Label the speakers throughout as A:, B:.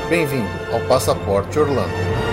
A: Bem-vindo ao Passaporte Orlando.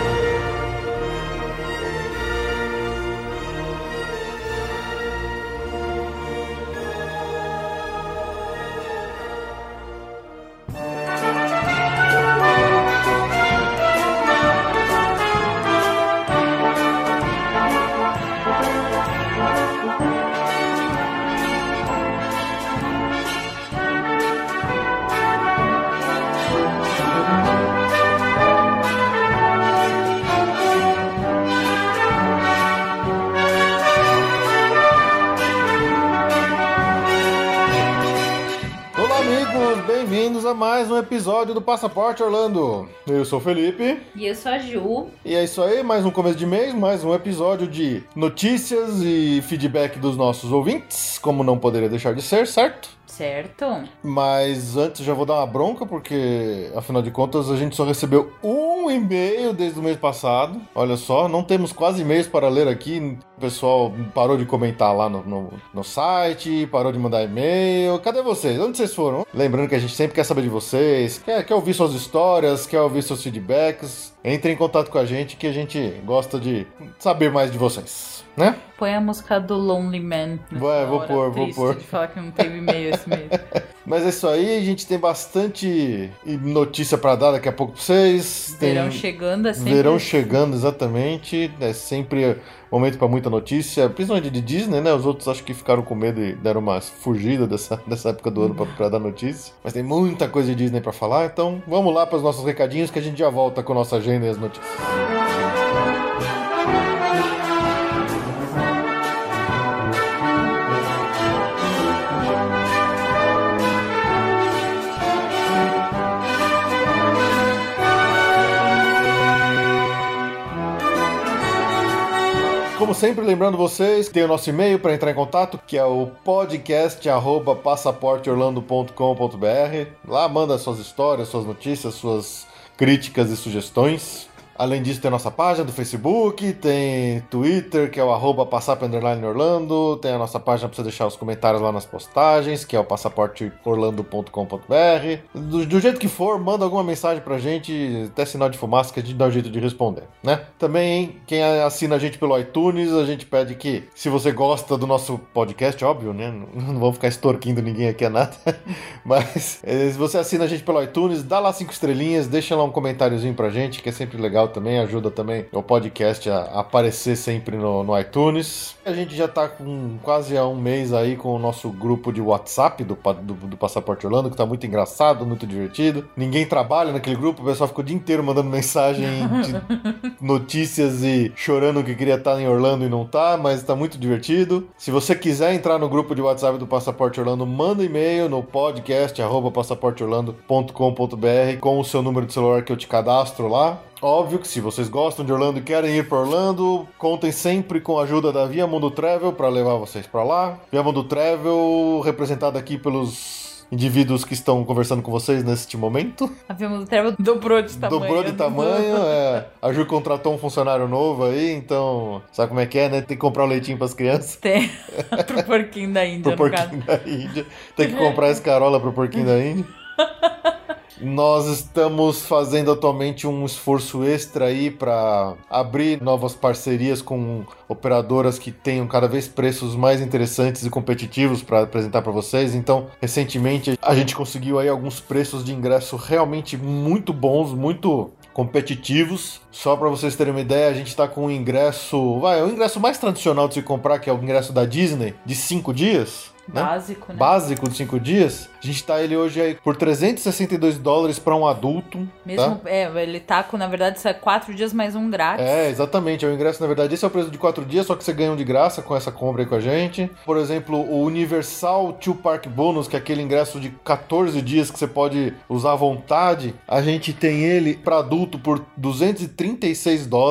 A: Bem-vindos a mais um episódio do Passaporte Orlando. Eu sou o Felipe.
B: E eu sou a Ju.
A: E é isso aí, mais um começo de mês, mais um episódio de notícias e feedback dos nossos ouvintes, como não poderia deixar de ser, certo?
B: Certo.
A: Mas antes já vou dar uma bronca, porque afinal de contas a gente só recebeu um e-mail desde o mês passado. Olha só, não temos quase e-mails para ler aqui. O pessoal parou de comentar lá no site, parou de mandar e-mail. Cadê vocês? Onde vocês foram? Lembrando que a gente sempre quer saber de vocês, quer ouvir suas histórias, quer ouvir seus feedbacks. Entre em contato com a gente que a gente gosta de saber mais de vocês, né?
B: Põe a música do Lonely Man.
A: Vou pôr.
B: De falar que não teve e-mail esse mês.
A: Mas é isso aí, a gente tem bastante notícia pra dar daqui a pouco pra vocês.
B: Verão chegando, é sempre...
A: Verão chegando, exatamente. É sempre momento pra muita notícia, principalmente de Disney, né? Os outros acho que ficaram com medo e deram uma fugida dessa época do ano pra dar notícia. Mas tem muita coisa de Disney pra falar, então vamos lá para os nossos recadinhos que a gente já volta com a nossa agenda e as notícias. Como sempre, lembrando vocês, tem o nosso e-mail para entrar em contato, que é o podcast@passaporteorlando.com.br. Lá manda suas histórias, suas notícias, suas críticas e sugestões. Além disso, tem a nossa página do Facebook, tem Twitter, que é o @passap_orlando, tem a nossa página para você deixar os comentários lá nas postagens, que é o passaporteorlando.com.br. Do jeito que for, manda alguma mensagem pra gente, até sinal de fumaça, que a gente dá um jeito de responder, né? Também, quem assina a gente pelo iTunes, a gente pede que, se você gosta do nosso podcast, óbvio, né? Não vamos ficar extorquindo ninguém aqui a nada, mas se você assina a gente pelo iTunes, dá lá 5 estrelinhas, deixa lá um comentáriozinho pra gente, que é sempre legal também, ajuda também o podcast a aparecer sempre no iTunes. A gente já tá com quase há um mês aí com o nosso grupo de WhatsApp do Passaporte Orlando, que tá muito engraçado, muito divertido. Ninguém trabalha naquele grupo, o pessoal ficou o dia inteiro mandando mensagem de notícias e chorando que queria estar em Orlando e não tá, mas tá muito divertido. Se você quiser entrar no grupo de WhatsApp do Passaporte Orlando, manda e-mail no podcast@passaporteorlando.com.br com o seu número de celular que eu te cadastro lá. Óbvio que se vocês gostam de Orlando e querem ir para Orlando, contem sempre com a ajuda da Via Mundo Travel para levar vocês para lá. Via Mundo Travel, representada aqui pelos indivíduos que estão conversando com vocês neste momento.
B: A Via Mundo Travel dobrou de tamanho.
A: Dobrou de tamanho, A Ju contratou um funcionário novo aí, então sabe como é que é, né? Tem que comprar um leitinho para as crianças.
B: Tem, pro porquinho da Índia,
A: pro porquinho da Índia. Tem que comprar escarola pro porquinho da Índia. Nós estamos fazendo atualmente um esforço extra aí para abrir novas parcerias com operadoras que tenham cada vez preços mais interessantes e competitivos para apresentar para vocês. Então, recentemente a gente conseguiu aí alguns preços de ingresso realmente muito bons, muito competitivos. Só para vocês terem uma ideia, a gente está com um ingresso, o ingresso mais tradicional de se comprar, que é o ingresso da Disney, de 5 dias. Né?
B: Básico, né?
A: Básico de 5 dias. A gente tá ele hoje aí por $362 para um adulto.
B: Mesmo,
A: tá?
B: Ele tá com, na verdade, 4 dias mais um grátis.
A: Exatamente. É o ingresso, na verdade, esse é o preço de 4 dias, só que você ganha um de graça com essa compra aí com a gente. Por exemplo, o Universal Two Park Bonus, que é aquele ingresso de 14 dias que você pode usar à vontade. A gente tem ele para adulto por $236.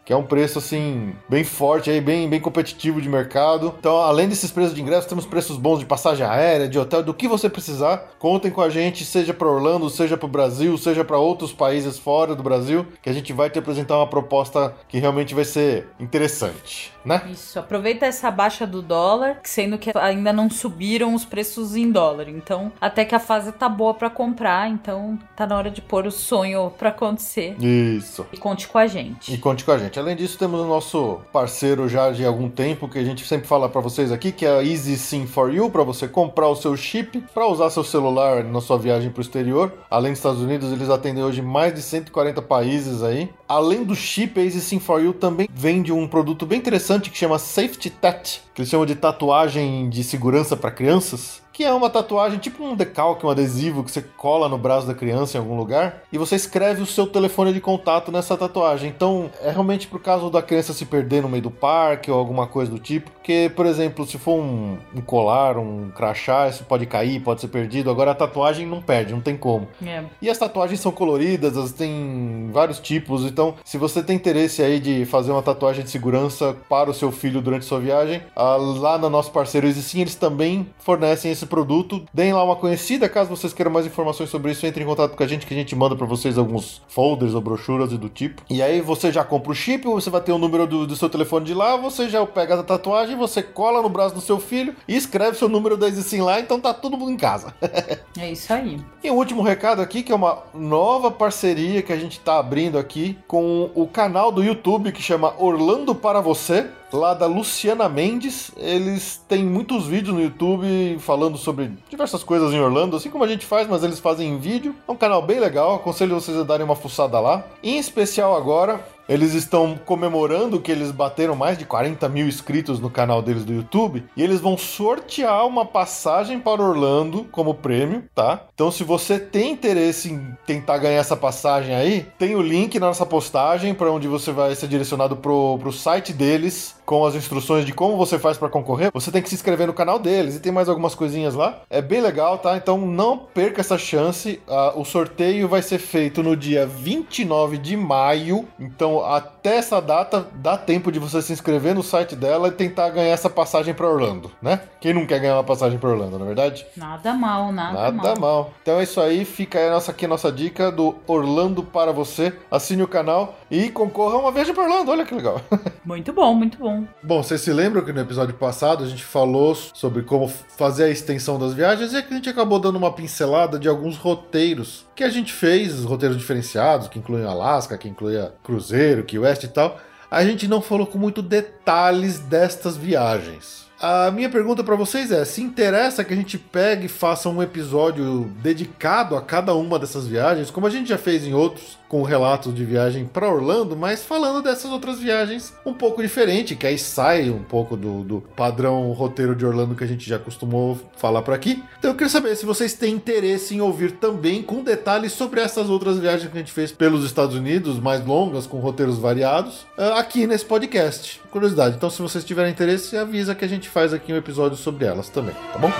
A: que é um preço, assim, bem forte, aí, bem competitivo de mercado. Então, além desses preços de ingresso, temos preços bons de passagem aérea, de hotel, do que você precisar. Contem com a gente, seja para Orlando, seja para o Brasil, seja para outros países fora do Brasil, que a gente vai te apresentar uma proposta que realmente vai ser interessante, né?
B: Isso, aproveita essa baixa do dólar, sendo que ainda não subiram os preços em dólar. Então, até que a fase tá boa para comprar, então tá na hora de pôr o sonho para acontecer.
A: Isso.
B: E conte com a gente.
A: E conte com a gente. Além disso, temos o nosso parceiro já de algum tempo, que a gente sempre fala para vocês aqui, que é a Easy SIM for You, para você comprar o seu chip, para usar seu celular na sua viagem para o exterior. Além dos Estados Unidos, eles atendem hoje mais de 140 países aí. Além do chip, a Easy SIM for You também vende um produto bem interessante que chama Safety Tat, que eles chamam de tatuagem de segurança para crianças, que é uma tatuagem, tipo um decalque, um adesivo que você cola no braço da criança em algum lugar e você escreve o seu telefone de contato nessa tatuagem. Então, é realmente por causa da criança se perder no meio do parque ou alguma coisa do tipo. Porque, por exemplo, se for um colar, um crachá, isso pode cair, pode ser perdido. Agora a tatuagem não perde, não tem como.
B: É.
A: E as tatuagens são coloridas, elas têm vários tipos. Então, se você tem interesse aí de fazer uma tatuagem de segurança para o seu filho durante sua viagem, lá no nosso parceiro EasySim, eles também fornecem esse produto. Deem lá uma conhecida, caso vocês queiram mais informações sobre isso, entre em contato com a gente, que a gente manda pra vocês alguns folders ou brochuras e do tipo. E aí você já compra o chip, você vai ter o número do seu telefone de lá, você já pega a tatuagem, você cola no braço do seu filho e escreve seu número da EasySim lá, então tá todo mundo em casa.
B: É isso aí.
A: E o último recado aqui, que é uma nova parceria que a gente tá abrindo aqui com o canal do YouTube que chama Orlando para Você, lá da Luciana Mendes. Eles têm muitos vídeos no YouTube falando sobre diversas coisas em Orlando, assim como a gente faz, mas eles fazem em vídeo. É um canal bem legal, aconselho vocês a darem uma fuçada lá. Em especial agora, eles estão comemorando que eles bateram mais de 40 mil inscritos no canal deles do YouTube, e eles vão sortear uma passagem para Orlando como prêmio, tá? Então, se você tem interesse em tentar ganhar essa passagem aí, tem o link na nossa postagem para onde você vai ser direcionado pro site deles, com as instruções de como você faz para concorrer. Você tem que se inscrever no canal deles e tem mais algumas coisinhas lá. É bem legal, tá? Então não perca essa chance. O sorteio vai ser feito no dia 29 de maio. Então até essa data dá tempo de você se inscrever no site dela e tentar ganhar essa passagem para Orlando, né? Quem não quer ganhar uma passagem para Orlando, não é verdade?
B: Nada mal, nada
A: mal. Então é isso aí. Fica aí a nossa dica do Orlando para Você. Assine o canal e concorra a uma viagem para Orlando. Olha que legal.
B: Muito bom, muito bom.
A: Bom, vocês se lembram que no episódio passado a gente falou sobre como fazer a extensão das viagens, e aqui a gente acabou dando uma pincelada de alguns roteiros que a gente fez, roteiros diferenciados, que incluem Alasca, que incluía cruzeiro, Key West e tal. A gente não falou com muito detalhes destas viagens. A minha pergunta para vocês é: se interessa que a gente pegue e faça um episódio dedicado a cada uma dessas viagens, como a gente já fez em outros, com relatos de viagem para Orlando, mas falando dessas outras viagens um pouco diferente, que aí sai um pouco do padrão roteiro de Orlando que a gente já costumou falar por aqui. Então eu queria saber se vocês têm interesse em ouvir também com detalhes sobre essas outras viagens que a gente fez pelos Estados Unidos, mais longas, com roteiros variados, aqui nesse podcast. Curiosidade. Então, se vocês tiverem interesse, avisa que a gente faz aqui um episódio sobre elas também, tá bom?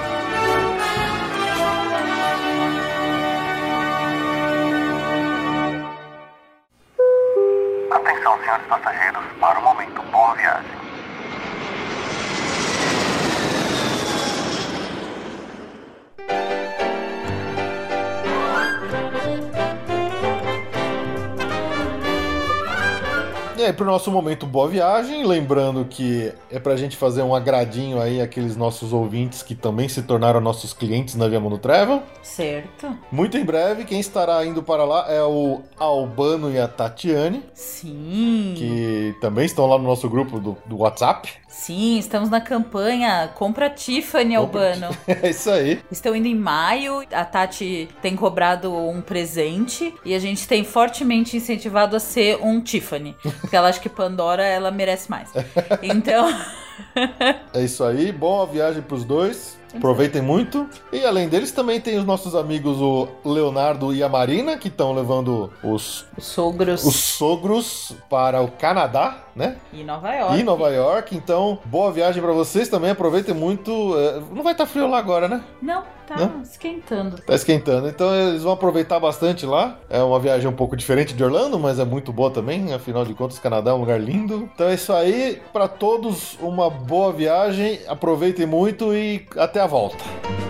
C: Atenção, senhores passageiros, para o momento. Boa viagem.
A: E aí, pro nosso momento Boa Viagem, lembrando que é pra gente fazer um agradinho aí àqueles nossos ouvintes que também se tornaram nossos clientes na Via Mundo Travel.
B: Certo.
A: Muito em breve, quem estará indo para lá é o Albano e a Tatiane.
B: Sim.
A: Que também estão lá no nosso grupo do WhatsApp.
B: Sim, estamos na campanha Compra Tiffany, Albano.
A: É isso aí.
B: Estão indo em maio, a Tati tem cobrado um presente e a gente tem fortemente incentivado a ser um Tiffany. Porque ela acha que Pandora, ela merece mais. Então...
A: É isso aí, boa viagem pros dois. Aproveitem muito. E além deles também tem os nossos amigos, o Leonardo e a Marina, que estão levando os
B: sogros
A: para o Canadá.
B: né? E Nova York.
A: E Nova York, então boa viagem pra vocês também, aproveitem muito. Não vai estar frio lá agora, né?
B: Não, tá esquentando.
A: Tá esquentando, então eles vão aproveitar bastante lá. É uma viagem um pouco diferente de Orlando, mas é muito boa também, afinal de contas, o Canadá é um lugar lindo. Então é isso aí, pra todos uma boa viagem, aproveitem muito e até a volta.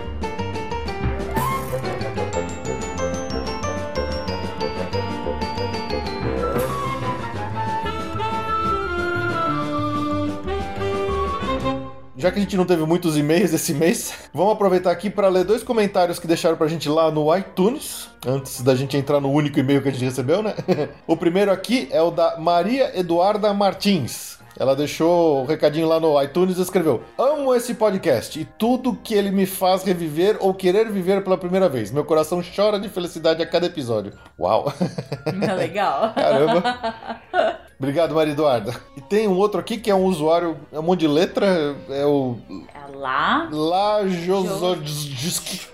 A: Já que a gente não teve muitos e-mails esse mês, vamos aproveitar aqui para ler 2 comentários que deixaram pra gente lá no iTunes, antes da gente entrar no único e-mail que a gente recebeu, né? O primeiro aqui é o da Maria Eduarda Martins. Ela deixou o recadinho lá no iTunes e escreveu: amo esse podcast e tudo que ele me faz reviver ou querer viver pela primeira vez. Meu coração chora de felicidade a cada episódio. Uau!
B: É legal.
A: Caramba! Obrigado, Maria Eduarda. E tem um outro aqui que é um usuário, é um monte de letra, é o...
B: É lá...
A: Lajozodski.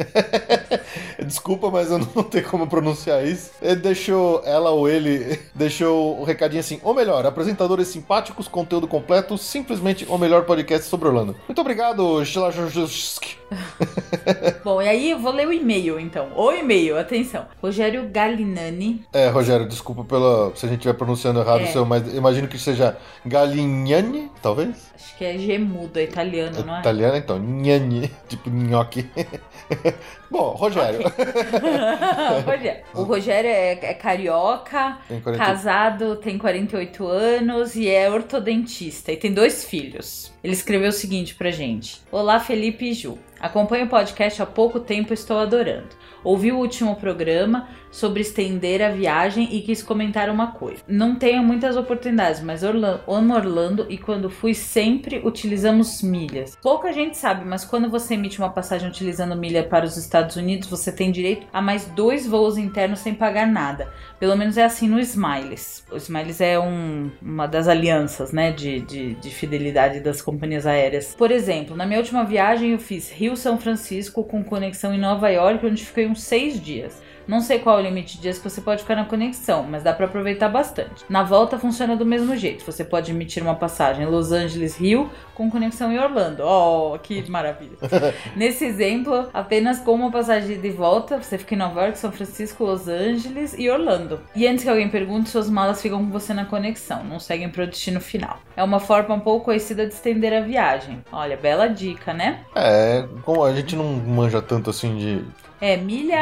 A: Desculpa, mas eu não tenho como pronunciar isso. Ele deixou, ela ou ele, deixou o recadinho assim: ou melhor, apresentadores simpáticos, conteúdo completo, simplesmente o melhor podcast sobre Orlando. Muito obrigado, Shilajowski.
B: Bom, e aí eu vou ler o e-mail, então. O e-mail, atenção. Rogério Galinani.
A: Rogério, desculpa se a gente estiver pronunciando errado o seu, mas imagino que seja Galignani, talvez?
B: Acho que é G-mudo, é italiano, não é?
A: Italiano, então. Gnani, tipo nhoque. Bom, Rogério.
B: Okay. O Rogério é carioca, casado, tem 48 anos e é ortodentista e tem 2 filhos. Ele escreveu o seguinte pra gente: olá, Felipe e Ju. Acompanho o podcast há pouco tempo e estou adorando. Ouvi o último programa sobre estender a viagem e quis comentar uma coisa. Não tenho muitas oportunidades, mas amo Orlando e quando fui sempre utilizamos milhas. Pouca gente sabe, mas quando você emite uma passagem utilizando milha para os Estados Unidos, você tem direito a mais 2 voos internos sem pagar nada. Pelo menos é assim no Smiles. O Smiles é uma das alianças, né, de fidelidade das companhias aéreas. Por exemplo, na minha última viagem eu fiz Rio-São Francisco com conexão em Nova York, onde fiquei uns 6 dias. Não sei qual é o limite de dias que você pode ficar na conexão, mas dá pra aproveitar bastante. Na volta funciona do mesmo jeito. Você pode emitir uma passagem Los Angeles-Rio com conexão em Orlando. Oh, que maravilha. Nesse exemplo, apenas com uma passagem de volta, você fica em Nova York, São Francisco, Los Angeles e Orlando. E antes que alguém pergunte, suas malas ficam com você na conexão, não seguem para o destino final. É uma forma um pouco conhecida de estender a viagem. Olha, bela dica, né?
A: Como a gente não manja tanto assim de...
B: Milha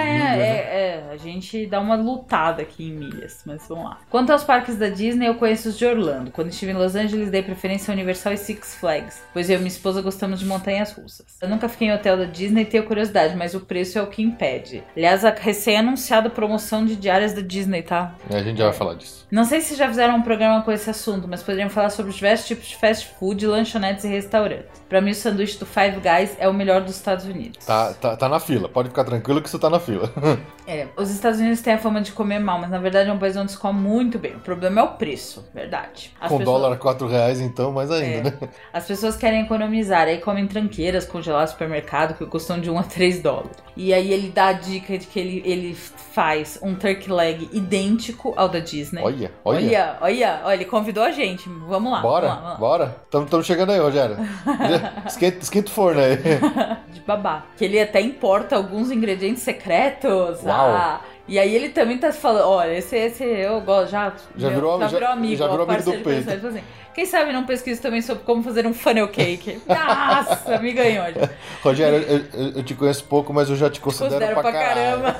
B: a gente dá uma lutada aqui em milhas, mas vamos lá. Quanto aos parques da Disney, eu conheço os de Orlando. Quando estive em Los Angeles, dei preferência a Universal e Six Flags, pois eu e minha esposa gostamos de montanhas russas. Eu nunca fiquei em hotel da Disney e tenho curiosidade, mas o preço é o que impede. Aliás, a recém-anunciada promoção de diárias da Disney, tá?
A: A gente já vai falar disso.
B: Não sei se já fizeram um programa com esse assunto, mas poderiam falar sobre os diversos tipos de fast food, lanchonetes e restaurantes. Pra mim, o sanduíche do Five Guys é o melhor dos Estados Unidos.
A: Tá na fila, pode ficar tranquilo que você tá na fila.
B: Os Estados Unidos têm a fama de comer mal, mas na verdade é um país onde se come muito bem. O problema é o preço, verdade.
A: Com dólar a R$4, então, mais ainda, né?
B: As pessoas querem economizar, aí comem tranqueiras congeladas no supermercado que custam de $1 a $3. E aí ele dá a dica de que ele faz um turkey leg idêntico ao da Disney. Olha, ele convidou a gente. Vamos lá.
A: Bora. Estamos chegando aí, Rogério. Esquenta o forno aí.
B: De babá. Que ele até importa alguns ingredientes secretos.
A: Uau.
B: E aí ele também tá falando, olha, esse eu gosto, já virou amigo.
A: Já virou amigo do peito.
B: Assim, quem sabe não pesquisa também sobre como fazer um funnel cake. Nossa, me ganhou já.
A: Rogério, eu te conheço pouco, mas eu já te considero pra caramba.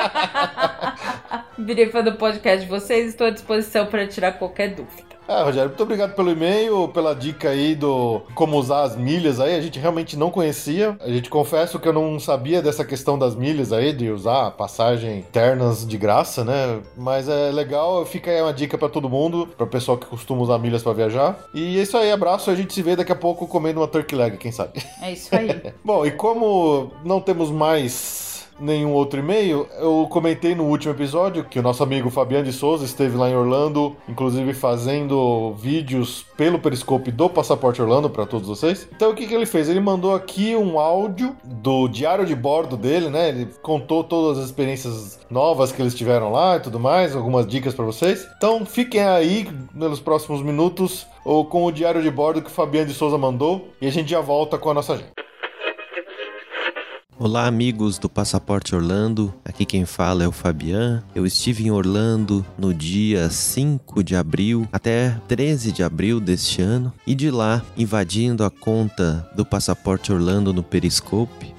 B: Virei fã do podcast de vocês e estou à disposição para tirar qualquer dúvida.
A: Rogério, muito obrigado pelo e-mail, pela dica aí do como usar as milhas aí, a gente realmente não conhecia. A gente confesso que eu não sabia dessa questão das milhas aí, de usar passagem internas de graça, né? Mas é legal, fica aí uma dica pra todo mundo, pra pessoal que costuma usar milhas pra viajar. E é isso aí, abraço, a gente se vê daqui a pouco comendo uma turkey leg, quem sabe?
B: É isso aí.
A: Bom, e como não temos mais nenhum outro e-mail, eu comentei no último episódio que o nosso amigo Fabiano de Souza esteve lá em Orlando, inclusive fazendo vídeos pelo Periscope do Passaporte Orlando para todos vocês. Então o que ele fez? Ele mandou aqui um áudio do diário de bordo dele, né? Ele contou todas as experiências novas que eles tiveram lá e tudo mais, algumas dicas para vocês. Então fiquem aí nos próximos minutos ou com o diário de bordo que o Fabiano de Souza mandou e a gente já volta com a nossa agenda.
D: Olá amigos do Passaporte Orlando, aqui quem fala é o Fabian. Eu estive em Orlando no dia 5 de abril até 13 de abril deste ano e de lá, invadindo a conta do Passaporte Orlando no Periscope,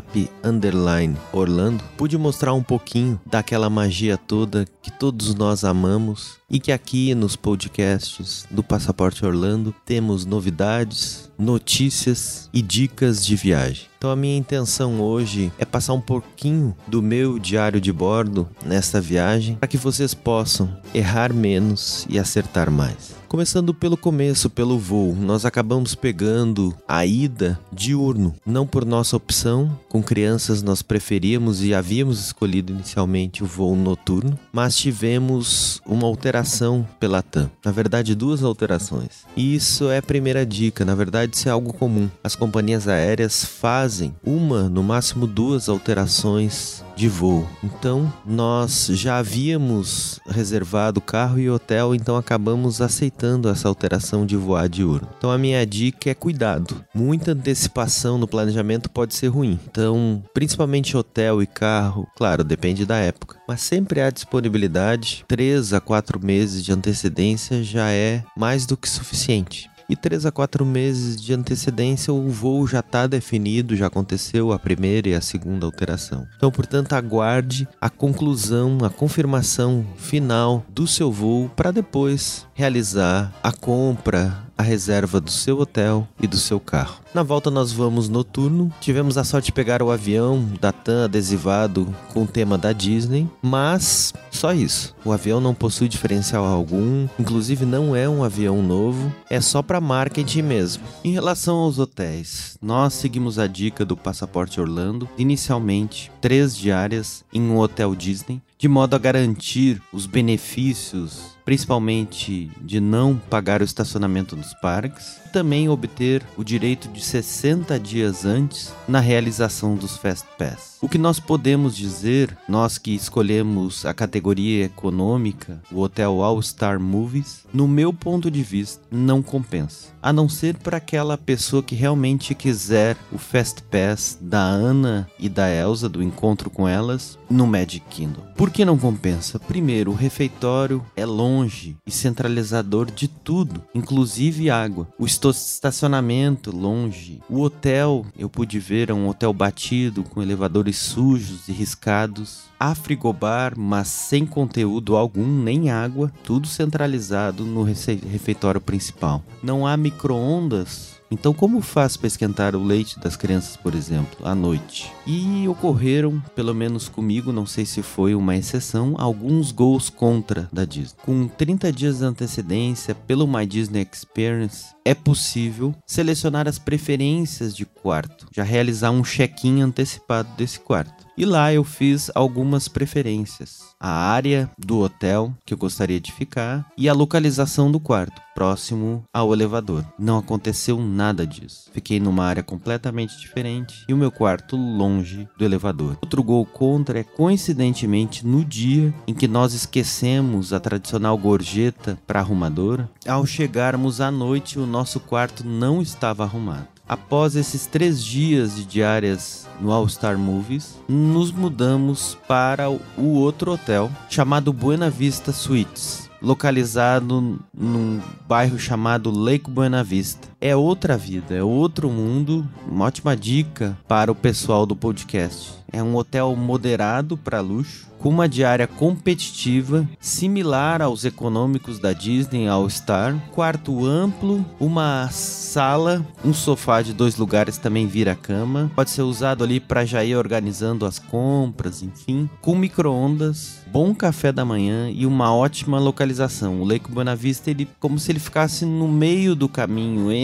D: Passap_Orlando, pude mostrar um pouquinho daquela magia toda que todos nós amamos e que aqui nos podcasts do Passaporte Orlando temos novidades, notícias e dicas de viagem. Então a minha intenção hoje é passar um pouquinho do meu diário de bordo nesta viagem para que vocês possam errar menos e acertar mais. Começando pelo começo, pelo voo, nós acabamos pegando a ida diurno, não por nossa opção. Com crianças nós preferíamos e havíamos escolhido inicialmente o voo noturno, mas tivemos uma alteração pela TAM. Na verdade, 2 alterações. E isso é a primeira dica, na verdade isso é algo comum. As companhias aéreas fazem uma, no máximo 2 alterações de voo. Então, nós já havíamos reservado carro e hotel, então acabamos aceitando essa alteração de voar diurno. Então, a minha dica é cuidado. Muita antecipação no planejamento pode ser ruim. Então, principalmente hotel e carro, claro, depende da época. Mas sempre há disponibilidade. 3 a 4 meses de antecedência já é mais do que suficiente. E 3 a 4 meses de antecedência o voo já está definido, já aconteceu a primeira e a segunda alteração. Então, portanto, aguarde a conclusão, a confirmação final do seu voo para depois realizar a compra, a reserva do seu hotel e do seu carro. Na volta nós vamos noturno, tivemos a sorte de pegar o avião da TAM adesivado com o tema da Disney, mas só isso. O avião não possui diferencial algum, inclusive não é um avião novo, é só para marketing mesmo. Em relação aos hotéis, nós seguimos a dica do Passaporte Orlando, inicialmente 3 diárias em um hotel Disney, de modo a garantir os benefícios, principalmente de não pagar o estacionamento nos parques, também obter o direito de 60 dias antes na realização dos Fast Pass. O que nós podemos dizer, nós que escolhemos a categoria econômica, o Hotel All Star Movies, no meu ponto de vista, não compensa. A não ser para aquela pessoa que realmente quiser o Fast Pass da Anna e da Elsa, do encontro com elas, no Magic Kingdom. Por que não compensa? Primeiro, o refeitório é longe e centralizador de tudo, inclusive água. O estacionamento longe. O hotel, eu pude ver, é um hotel batido, com elevadores sujos e riscados. Há frigobar, mas sem conteúdo algum, nem água, tudo centralizado no refeitório principal. Não há micro-ondas. Então, como faz para esquentar o leite das crianças, por exemplo, à noite? E ocorreram, pelo menos comigo, não sei se foi uma exceção, alguns gols contra da Disney. Com 30 dias de antecedência, pelo My Disney Experience, é possível selecionar as preferências de quarto, já realizar um check-in antecipado desse quarto. E lá eu fiz algumas preferências. A área do hotel que eu gostaria de ficar e a localização do quarto, próximo ao elevador. Não aconteceu nada disso. Fiquei numa área completamente diferente e o meu quarto longe do elevador. Outro gol contra é, coincidentemente, no dia em que nós esquecemos a tradicional gorjeta para arrumadora. Ao chegarmos à noite, o nosso quarto não estava arrumado. Após esses 3 dias de diárias no All Star Movies, nos mudamos para o outro hotel chamado Buena Vista Suites, localizado num bairro chamado Lake Buena Vista. É outra vida, é outro mundo, uma ótima dica para o pessoal do podcast. É um hotel moderado para luxo, com uma diária competitiva, similar aos econômicos da Disney All Star, quarto amplo, uma sala, um sofá de 2 lugares também vira cama, pode ser usado ali para já ir organizando as compras, enfim, com micro-ondas, bom café da manhã e uma ótima localização. O Lake Buena Vista, ele como se ele ficasse no meio do caminho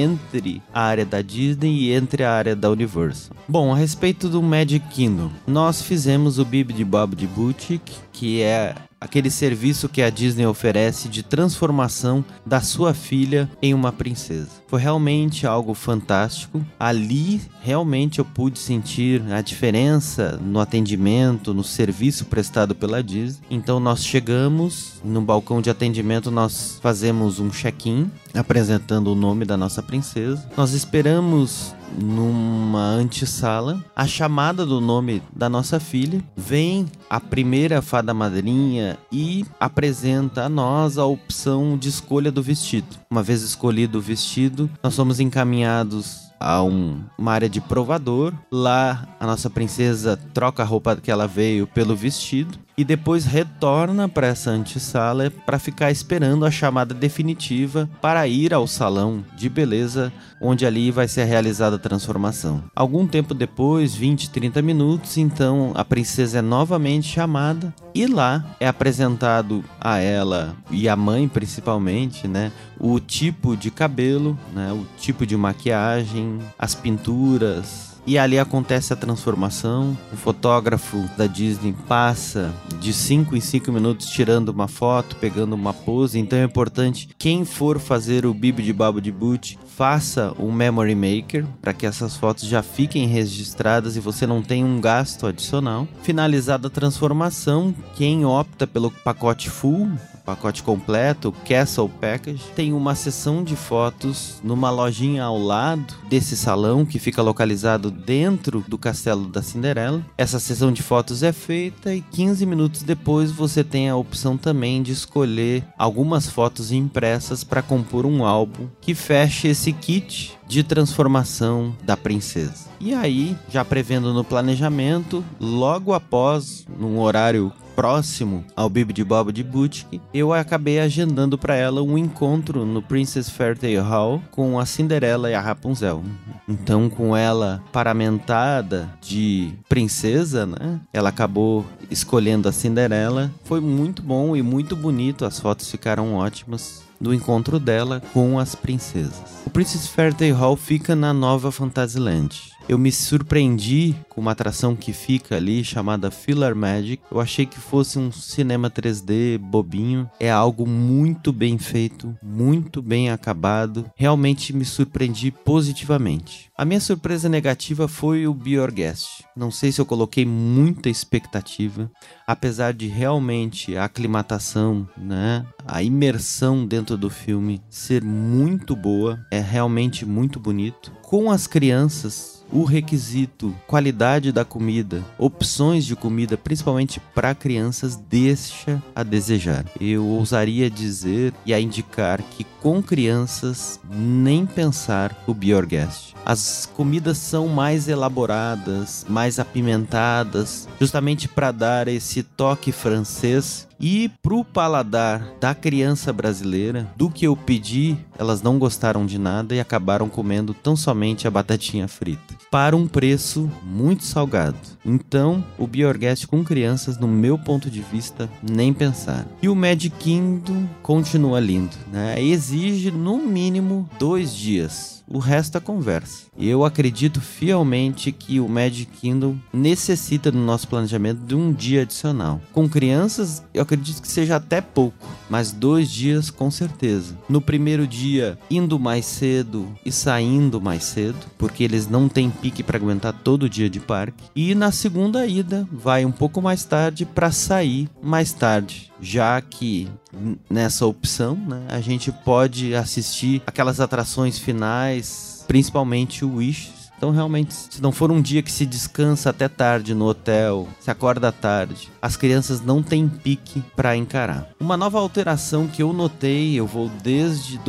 D: entre a área da Disney e entre a área da Universal. Bom, a respeito do Magic Kingdom, nós fizemos o Bibbidi Bobbidi Boutique, que é aquele serviço que a Disney oferece de transformação da sua filha em uma princesa. Foi realmente algo fantástico. Ali, realmente eu pude sentir a diferença no atendimento, no serviço prestado pela Disney. Então nós chegamos no balcão de atendimento, nós fazemos um check-in, apresentando o nome da nossa princesa. Nós esperamos numa antessala a chamada do nome da nossa filha. Vem a primeira fada madrinha e apresenta a nós a opção de escolha do vestido. Uma vez escolhido o vestido, nós somos encaminhados a uma área de provador. Lá a nossa princesa troca a roupa que ela veio pelo vestido e depois retorna para essa antessala para ficar esperando a chamada definitiva para ir ao salão de beleza, onde ali vai ser realizada a transformação. Algum tempo depois, 20, 30 minutos, então a princesa é novamente chamada e lá é apresentado a ela e a mãe principalmente, né, o tipo de cabelo, né, o tipo de maquiagem, as pinturas. E ali acontece a transformação. O fotógrafo da Disney passa de 5 em 5 minutos tirando uma foto, pegando uma pose. Então é importante, quem for fazer o Bibbidi Bobbidi Boutique, faça um Memory Maker para que essas fotos já fiquem registradas e você não tenha um gasto adicional. Finalizada a transformação, quem opta pelo pacote full, pacote completo, Castle Package, tem uma sessão de fotos numa lojinha ao lado desse salão que fica localizado dentro do Castelo da Cinderela. Essa sessão de fotos é feita e 15 minutos depois você tem a opção também de escolher algumas fotos impressas para compor um álbum que feche esse kit de transformação da princesa. E aí, já prevendo no planejamento, logo após, num horário próximo ao Bibbidi Bobbidi Boutique, eu acabei agendando para ela um encontro no Princess Fairy Hall com a Cinderela e a Rapunzel. Então, com ela paramentada de princesa, né? Ela acabou escolhendo a Cinderela. Foi muito bom e muito bonito, as fotos ficaram ótimas do encontro dela com as princesas. O Princess Fairy Hall fica na Nova Fantasyland. Eu me surpreendi com uma atração que fica ali chamada Filler Magic. Eu achei que fosse um cinema 3D bobinho. É algo muito bem feito, muito bem acabado. Realmente me surpreendi positivamente. A minha surpresa negativa foi o Be Your Guest. Não sei se eu coloquei muita expectativa, apesar de realmente a aclimatação, né, a imersão dentro do filme ser muito boa. É realmente muito bonito. Com as crianças, o requisito, qualidade da comida, opções de comida, principalmente para crianças, deixa a desejar. Eu ousaria dizer e a indicar que com crianças, nem pensar o Be Your Guest. As comidas são mais elaboradas, mais apimentadas, justamente para dar esse toque francês. E pro paladar da criança brasileira, do que eu pedi, elas não gostaram de nada e acabaram comendo tão somente a batatinha frita, para um preço muito salgado. Então, o Be Your Guest com crianças, no meu ponto de vista, nem pensar. E o Magic Kingdom continua lindo, né? Exige no mínimo 2 dias. O resto é conversa. Eu acredito fielmente que o Magic Kingdom necessita do nosso planejamento de um dia adicional. Com crianças, eu acredito que seja até pouco, mas 2 dias com certeza. No primeiro dia, indo mais cedo e saindo mais cedo, porque eles não têm pique para aguentar todo o dia de parque. E na segunda ida, vai um pouco mais tarde para sair mais tarde, já que nessa opção, né, a gente pode assistir aquelas atrações finais, principalmente o Wish. Então realmente, se não for um dia que se descansa até tarde no hotel, se acorda tarde, as crianças não têm pique para encarar. Uma nova alteração que eu notei, eu vou desde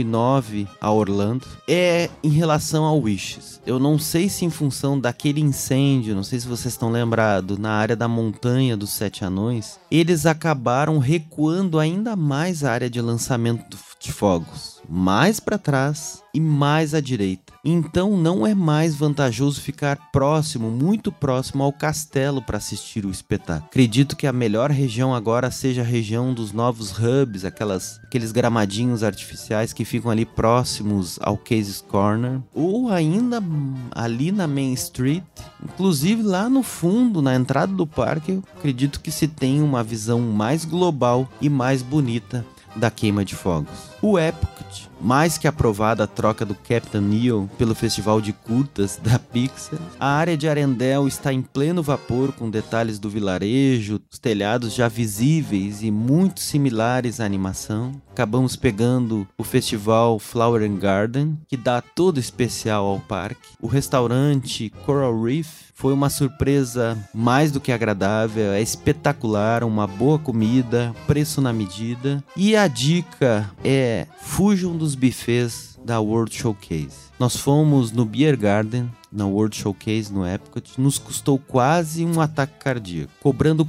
D: 2009 a Orlando, é em relação ao Wishes. Eu não sei se em função daquele incêndio, não sei se vocês estão lembrados, na área da montanha dos 7 anões, eles acabaram recuando ainda mais a área de lançamento de fogos. mais para trás e mais à direita. Então não é mais vantajoso ficar próximo, muito próximo ao castelo para assistir o espetáculo. Acredito que a melhor região agora seja a região dos novos hubs, aqueles gramadinhos artificiais que ficam ali próximos ao Casey's Corner, ou ainda ali na Main Street, inclusive lá no fundo, na entrada do parque, eu acredito que se tem uma visão mais global e mais bonita da queima de fogos. O Epcot, mais que aprovada a troca do Captain Neo pelo festival de curtas da Pixar, a área de Arendelle está em pleno vapor com detalhes do vilarejo, os telhados já visíveis e muito similares à animação. Acabamos pegando o festival Flower and Garden, que dá todo especial ao parque. O restaurante Coral Reef foi uma surpresa mais do que agradável, é espetacular, uma boa comida, preço na medida. E a dica é: fujam dos buffets da World Showcase. Nós fomos no Beer Garden, na World Showcase, no Epcot, nos custou quase um ataque cardíaco, cobrando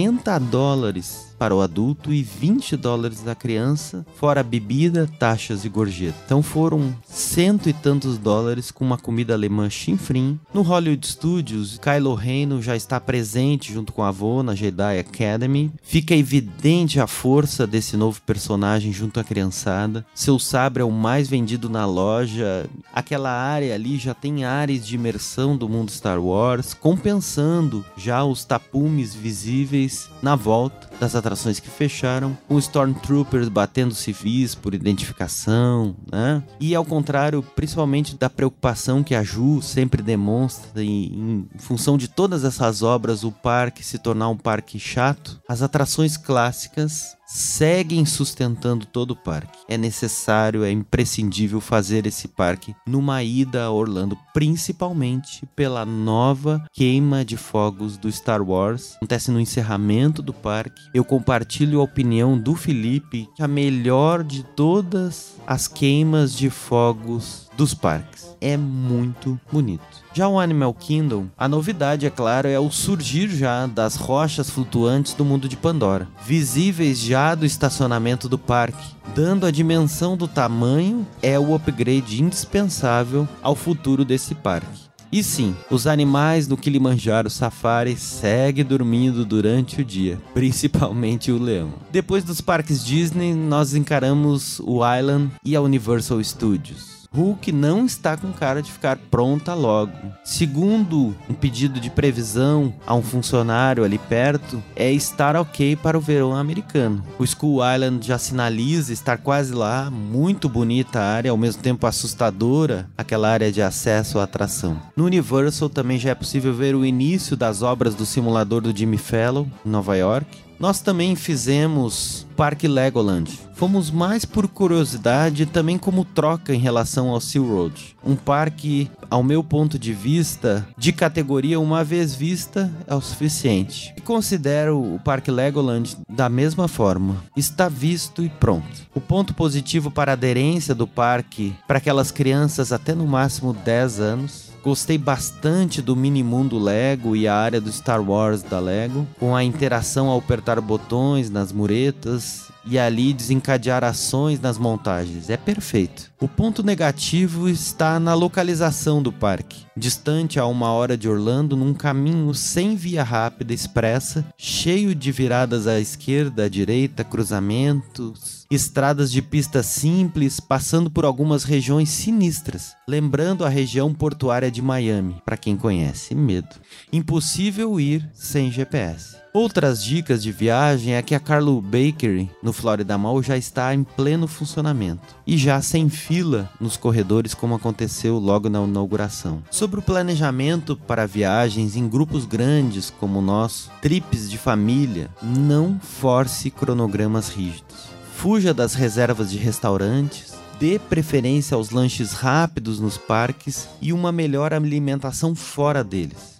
D: $40 para o adulto e $20 da criança, fora bebida, taxas e gorjeta. Então foram $100 e tantos com uma comida alemã chinfrim. No Hollywood Studios, Kylo Ren já está presente junto com a avó na Jedi Academy. Fica evidente a força desse novo personagem junto à criançada. Seu sabre é o mais vendido na loja. Aquela área ali já tem áreas de imersão do mundo Star Wars, compensando já os tapumes visíveis na volta das atrações que fecharam, com Stormtroopers batendo civis por identificação, né? E ao contrário, principalmente da preocupação que a Ju sempre demonstra em função de todas essas obras, o parque se tornar um parque chato, as atrações clássicas seguem sustentando todo o parque. É necessário, é imprescindível fazer esse parque numa ida a Orlando, principalmente pela nova queima de fogos do Star Wars. Acontece no encerramento do parque. Eu compartilho a opinião do Felipe que a melhor de todas as queimas de fogos dos parques. É muito bonito. Já o Animal Kingdom, a novidade, é claro, é o surgir já das rochas flutuantes do mundo de Pandora, visíveis já do estacionamento do parque, dando a dimensão do tamanho, é o upgrade indispensável ao futuro desse parque. E sim, os animais no Kilimanjaro Safari seguem dormindo durante o dia, principalmente o leão. Depois dos parques Disney, nós encaramos o Island e a Universal Studios. Hulk não está com cara de ficar pronta logo. Segundo um pedido de previsão a um funcionário ali perto, é estar ok para o verão americano. O Skull Island já sinaliza estar quase lá, muito bonita a área, ao mesmo tempo assustadora, aquela área de acesso à atração. No Universal também já é possível ver o início das obras do simulador do Jimmy Fallon, em Nova York. Nós também fizemos Parque Legoland. Fomos mais por curiosidade e também como troca em relação ao SeaWorld. Um parque, ao meu ponto de vista, de categoria uma vez vista é o suficiente. E considero o Parque Legoland da mesma forma. Está visto e pronto. O ponto positivo para a aderência do parque para aquelas crianças até no máximo 10 anos. Gostei bastante do Minimundo Lego e a área do Star Wars da Lego, com a interação ao apertar botões nas muretas e ali desencadear ações nas montagens. É perfeito. O ponto negativo está na localização do parque. Distante a 1 hora de Orlando, num caminho sem via rápida expressa, cheio de viradas à esquerda, à direita, cruzamentos, estradas de pista simples, passando por algumas regiões sinistras, lembrando a região portuária de Miami, para quem conhece, medo. Impossível ir sem GPS. Outras dicas de viagem é que a Carlo Bakery, no Florida Mall, já está em pleno funcionamento e já sem fila nos corredores, como aconteceu logo na inauguração. Sobre o planejamento para viagens em grupos grandes como o nosso, trips de família, não force cronogramas rígidos. Fuja das reservas de restaurantes, dê preferência aos lanches rápidos nos parques e uma melhor alimentação fora deles.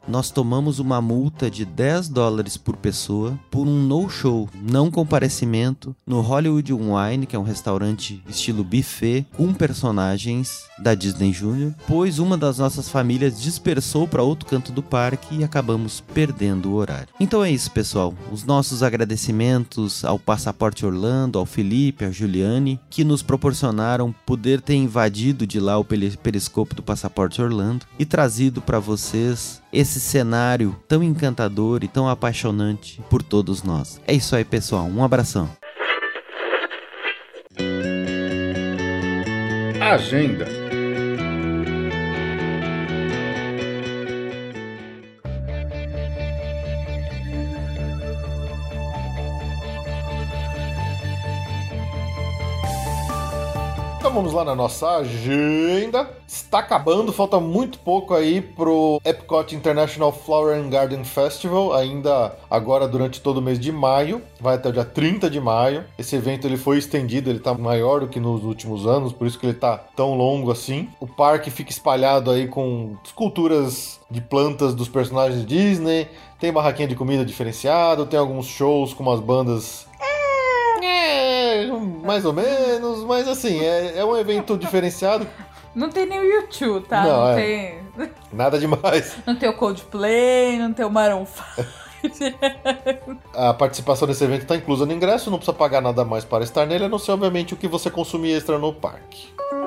D: nós tomamos uma multa de $10 por pessoa por um no-show, não comparecimento, no Hollywood Wine, que é um restaurante estilo buffet, com personagens da Disney Junior, pois uma das nossas famílias dispersou para outro canto do parque e acabamos perdendo o horário. Então é isso, pessoal. Os nossos agradecimentos ao Passaporte Orlando, ao Felipe, à Juliane, que nos proporcionaram poder ter invadido de lá o periscópio do Passaporte Orlando e trazido para vocês esse cenário tão encantador e tão apaixonante por todos nós. É isso aí, pessoal. Um abração.
A: Agenda. Então vamos lá na nossa agenda. Está acabando, falta muito pouco aí pro Epcot International Flower and Garden Festival, ainda agora durante todo o mês de maio, vai até o dia 30 de maio. Esse evento ele foi estendido, ele tá maior do que nos últimos anos, por isso que ele tá tão longo assim. O parque fica espalhado aí com esculturas de plantas dos personagens Disney, tem barraquinha de comida diferenciado, tem alguns shows com umas bandas mais ou menos, mas assim, é um evento diferenciado.
B: Não tem nem o YouTube, tá?
A: Não
B: tem...
A: Nada demais.
B: Não tem o Coldplay, não tem o Maroon 5.
A: A participação desse evento está inclusa no ingresso, não precisa pagar nada mais para estar nele, a não ser, obviamente, o que você consumir extra no parque.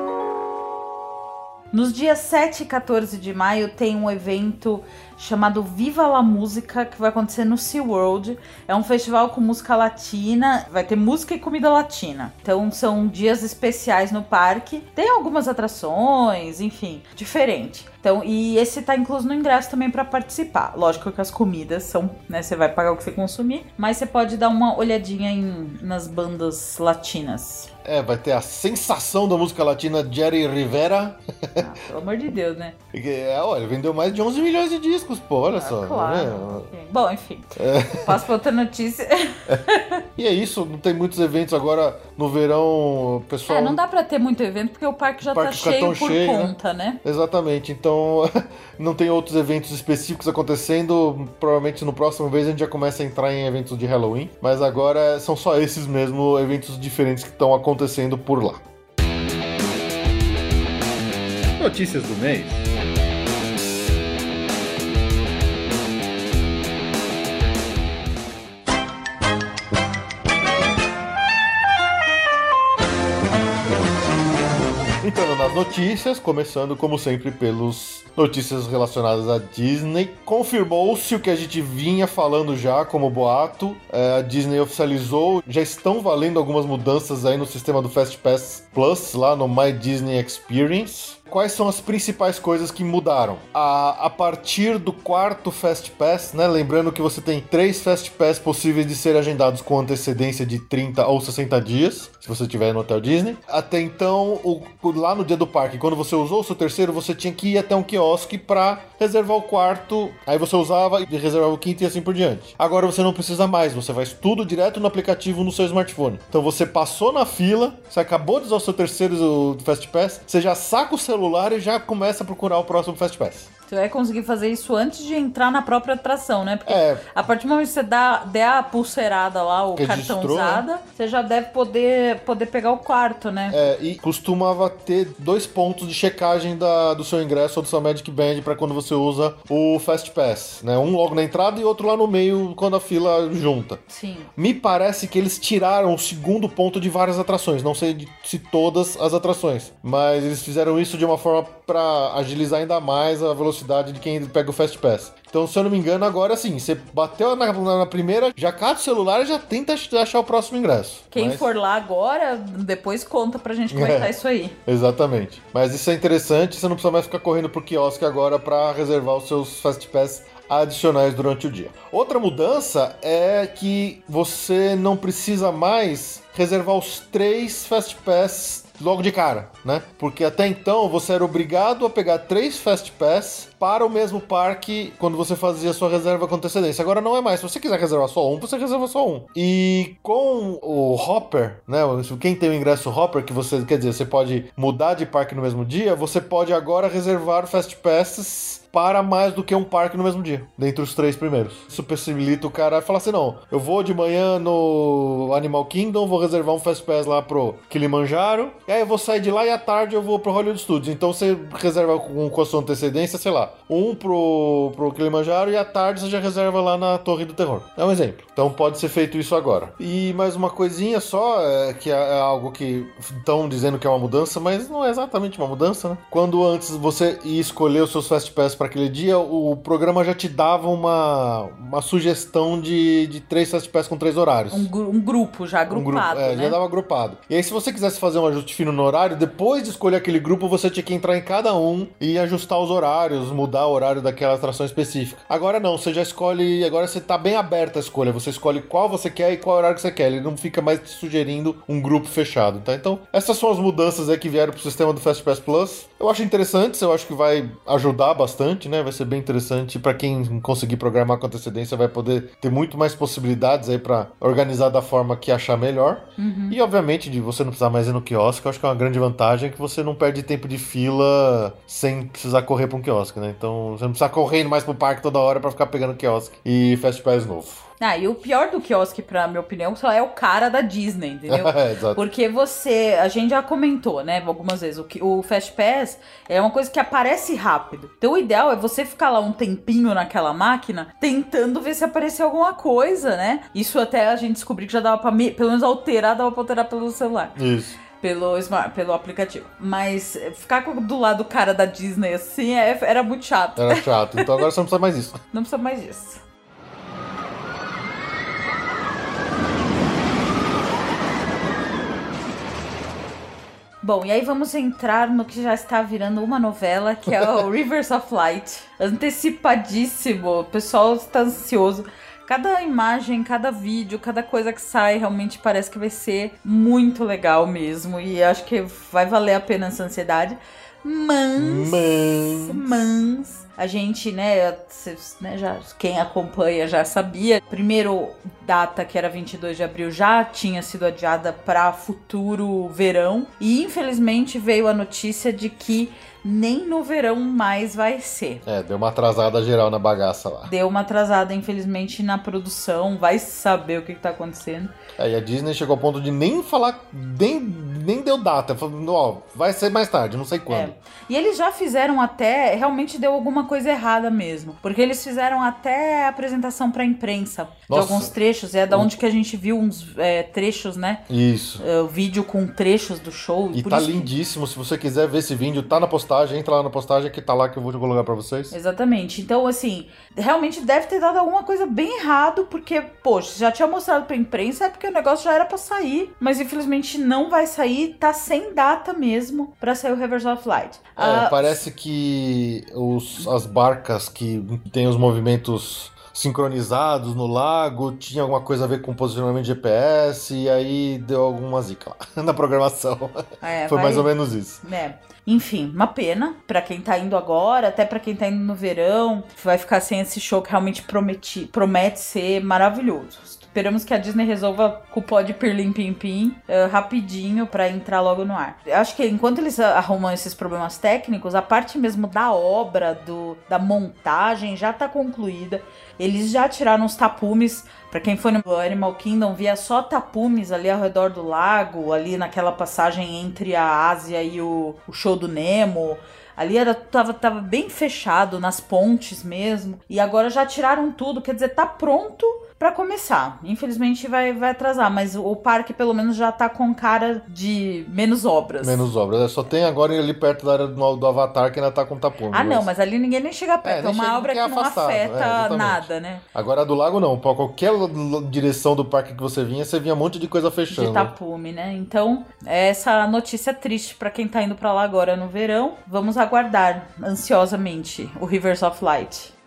B: Nos dias 7 e 14 de maio tem um evento chamado Viva la Música, que vai acontecer no SeaWorld. É um festival com música latina, vai ter música e comida latina. Então são dias especiais no parque. Tem algumas atrações, enfim, diferente. Então, e esse tá incluso no ingresso também para participar. Lógico que as comidas são, né, você vai pagar o que você consumir, mas você pode dar uma olhadinha nas bandas latinas.
A: Vai ter a sensação da música latina, Jerry Rivera.
B: Ah, pelo amor de Deus, né?
A: Olha, vendeu mais de 11 milhões de discos, pô, olha só.
B: Claro. Okay. Bom, enfim. Passo pra outra notícia.
A: E é isso, não tem muitos eventos agora no verão, pessoal.
B: Não dá pra ter muito evento porque o parque já tá cheio por conta, né?
A: Exatamente, então não tem outros eventos específicos acontecendo. Provavelmente no próximo mês a gente já começa a entrar em eventos de Halloween, mas agora são só esses mesmo, eventos diferentes que estão acontecendo por lá. Notícias do mês. Entrando nas notícias, começando como sempre pelos notícias relacionadas à Disney. Confirmou-se o que a gente vinha falando já como boato. A Disney oficializou, já estão valendo algumas mudanças aí no sistema do Fast Pass Plus, lá no My Disney Experience. Quais são as principais coisas que mudaram? A partir do quarto Fast Pass, né? Lembrando que você tem 3 Fast Pass possíveis de serem agendados com antecedência de 30 ou 60 dias, se você estiver no Hotel Disney. Até então, lá no dia do parque, quando você usou o seu terceiro, você tinha que ir até um quiosque para reservar o quarto. Aí você usava e reservava o quinto e assim por diante. Agora você não precisa mais, você faz tudo direto no aplicativo no seu smartphone. Então você passou na fila, você acabou de usar o seu terceiro Fast Pass, você já saca o celular e já começa a procurar o próximo Fast Pass.
B: Você vai conseguir fazer isso antes de entrar na própria atração, né? Porque a partir do momento que você der a pulseirada lá, o cartão usada, né? Você já deve poder pegar o quarto, né?
A: E costumava ter 2 pontos de checagem do seu ingresso ou do seu Magic Band para quando você usa o Fast Pass, né? Um logo na entrada e outro lá no meio quando a fila junta.
B: Sim.
A: Me parece que eles tiraram o segundo ponto de várias atrações, não sei se todas as atrações, mas eles fizeram isso de uma forma para agilizar ainda mais a velocidade de quem pega o Fast Pass. Então, se eu não me engano, agora sim, você bateu na primeira, já cata o celular e já tenta achar o próximo ingresso.
B: Quem for lá agora, depois conta pra gente como é que tá isso aí.
A: Exatamente. Mas isso é interessante, você não precisa mais ficar correndo pro quiosque agora pra reservar os seus Fast Pass adicionais durante o dia. Outra mudança é que você não precisa mais reservar os 3 Fast Pass logo de cara, né? Porque até então você era obrigado a pegar 3 Fast Pass para o mesmo parque quando você fazia sua reserva com antecedência. Agora não é mais. Se você quiser reservar só um, você reserva só um. E com o Hopper, né? Quem tem o ingresso Hopper, que você, quer dizer, você pode mudar de parque no mesmo dia, você pode agora reservar Fast Passes para mais do que um parque no mesmo dia, dentre os 3 primeiros. Isso possibilita o cara falar assim, não, eu vou de manhã no Animal Kingdom, vou reservar um Fast Pass lá pro Kilimanjaro, e aí eu vou sair de lá e à tarde eu vou pro Hollywood Studios. Então você reserva com a sua antecedência, sei lá, um pro Kilimanjaro e à tarde você já reserva lá na Torre do Terror. É um exemplo. Então pode ser feito isso agora. E mais uma coisinha só, que é algo que estão dizendo que é uma mudança, mas não é exatamente uma mudança, né? Quando antes você ia escolher os seus Fast Pass para aquele dia, o programa já te dava uma sugestão de 3 Fast Pass com 3 horários.
B: Um grupo já agrupado, né?
A: Já dava agrupado. E aí se você quisesse fazer um ajuste fino no horário, depois de escolher aquele grupo, você tinha que entrar em cada um e ajustar os horários, mudar o horário daquela atração específica. Agora não, você já escolhe, agora você tá bem aberta a escolha, você escolhe qual você quer e qual horário que você quer, ele não fica mais te sugerindo um grupo fechado, tá? Então, essas são as mudanças aí que vieram pro sistema do Fast Pass Plus. Eu acho interessantes, eu acho que vai ajudar bastante, né? Vai ser bem interessante para quem conseguir programar com antecedência, vai poder ter muito mais possibilidades aí para organizar da forma que achar melhor. E obviamente de você não precisar mais ir no quiosque, eu acho que é uma grande vantagem que você não perde tempo de fila sem precisar correr para um quiosque, né? Então você não precisa correr mais pro parque toda hora para ficar pegando quiosque e Fast Pass novo.
B: E o pior do quiosque, pra minha opinião, só é o cara da Disney, entendeu?
A: Exato.
B: Porque a gente já comentou, né, algumas vezes, o Fast Pass é uma coisa que aparece rápido. Então o ideal é você ficar lá um tempinho naquela máquina, tentando ver se apareceu alguma coisa, né? Isso até a gente descobriu que já dava pra, pelo menos dava pra alterar pelo celular.
A: Isso.
B: Pelo aplicativo. Mas ficar do lado do cara da Disney assim, era muito chato.
A: Era chato, então agora você não precisa mais disso.
B: Não precisa mais disso. Bom, e aí vamos entrar no que já está virando uma novela, que é o Rivers of Light. Antecipadíssimo, o pessoal está ansioso. Cada imagem, cada vídeo, cada coisa que sai realmente parece que vai ser muito legal mesmo. E acho que vai valer a pena essa ansiedade. Mas a gente, né, já, quem acompanha já sabia. Primeiro data, que era 22 de abril, já tinha sido adiada para futuro verão. E infelizmente veio a notícia de que nem no verão mais vai ser.
A: Deu uma atrasada geral na bagaça lá.
B: Deu uma atrasada, infelizmente, na produção. Vai saber o que tá acontecendo.
A: E a Disney chegou ao ponto de nem falar, nem deu data. Falou, vai ser mais tarde, não sei quando.
B: E eles já fizeram até, realmente deu alguma coisa errada mesmo. Porque eles fizeram até a apresentação pra imprensa. De alguns trechos. Da onde que a gente viu uns trechos, né?
A: Isso.
B: O vídeo com trechos do show.
A: E tá lindíssimo. Se você quiser ver esse vídeo, tá na postagem. Entra lá na postagem que tá lá que eu vou colocar pra vocês.
B: Exatamente. Então, assim, realmente deve ter dado alguma coisa bem errado, porque, poxa, já tinha mostrado pra imprensa, porque o negócio já era pra sair, mas infelizmente não vai sair, tá sem data mesmo pra sair o Rivers of Light.
A: Parece que as barcas que tem os movimentos sincronizados no lago, tinha alguma coisa a ver com posicionamento de GPS, e aí deu alguma zica lá na programação. Foi mais ou menos isso.
B: Enfim, uma pena pra quem tá indo agora, até pra quem tá indo no verão, vai ficar sem esse show que realmente promete ser maravilhoso. Esperamos que a Disney resolva com o pó de pirlim pim pim rapidinho pra entrar logo no ar. Eu acho que enquanto eles arrumam esses problemas técnicos, a parte mesmo da obra, da montagem já tá concluída. Eles já tiraram os tapumes. Pra quem foi no Animal Kingdom, via só tapumes ali ao redor do lago, ali naquela passagem entre a Ásia e o show do Nemo. Ali tava bem fechado, nas pontes mesmo. E agora já tiraram tudo, quer dizer, tá pronto pra começar. Infelizmente vai atrasar, mas o parque pelo menos já tá com cara de menos obras.
A: Menos obras. Só tem agora ali perto da área do Avatar que ainda tá com tapume.
B: Não, mas ali ninguém nem chega perto. É uma obra que não afeta nada, né?
A: Agora a do lago não. Pra qualquer direção do parque que você vinha um monte de coisa fechando.
B: De tapume, né? Então, essa notícia triste pra quem tá indo pra lá agora no verão. Vamos aguardar ansiosamente o Rivers of Light.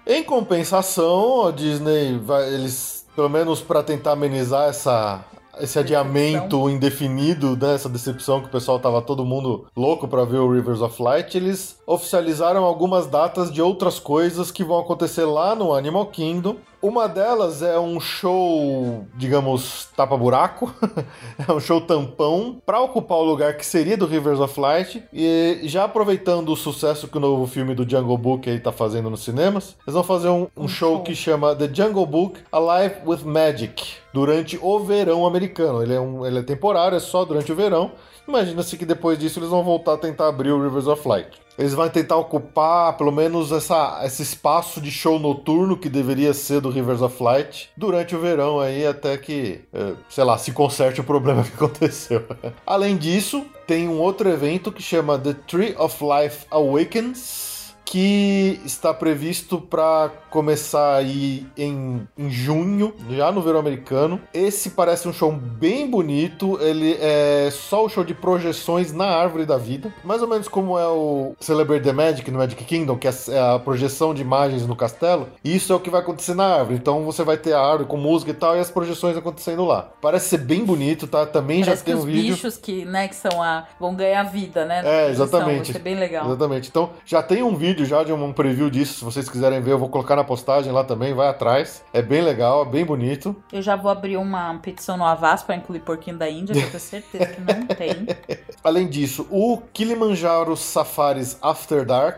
A: Em compensação, a Disney eles, pelo menos para tentar amenizar esse adiamento indefinido, né, essa decepção que o pessoal tava todo mundo louco para ver o Rivers of Light, eles oficializaram algumas datas de outras coisas que vão acontecer lá no Animal Kingdom. Uma delas é um show, digamos, tapa-buraco, é um show tampão, para ocupar o lugar que seria do Rivers of Light, e já aproveitando o sucesso que o novo filme do Jungle Book aí tá fazendo nos cinemas, eles vão fazer um show que chama The Jungle Book Alive with Magic, durante o verão americano. Ele é temporário, é só durante o verão. Imagina-se que depois disso eles vão voltar a tentar abrir o Rivers of Light. Eles vão tentar ocupar pelo menos esse espaço de show noturno que deveria ser do Rivers of Light durante o verão aí, até que, sei lá, se conserte o problema que aconteceu. Além disso, tem um outro evento que chama The Tree of Life Awakens, que está previsto para começar aí em junho, já no verão americano. Esse parece um show bem bonito, ele é só o show de projeções na Árvore da Vida, mais ou menos como é o Celebrate the Magic no Magic Kingdom, que é a projeção de imagens no castelo. Isso é o que vai acontecer na árvore, então você vai ter a árvore com música e tal, e as projeções acontecendo lá. Parece ser bem bonito, tá? Também parece já tem um vídeo.
B: Os bichos que são vão ganhar vida, né?
A: Exatamente.
B: Vai ser bem legal.
A: Exatamente. Então, já tem um vídeo já de um preview disso, se vocês quiserem ver, eu vou colocar na postagem lá também, vai atrás. É bem legal, é bem bonito.
B: Eu já vou abrir uma petição no Avaz para incluir porquinho da Índia, que eu tenho certeza que não tem.
A: Além disso, o Kilimanjaro Safaris After Dark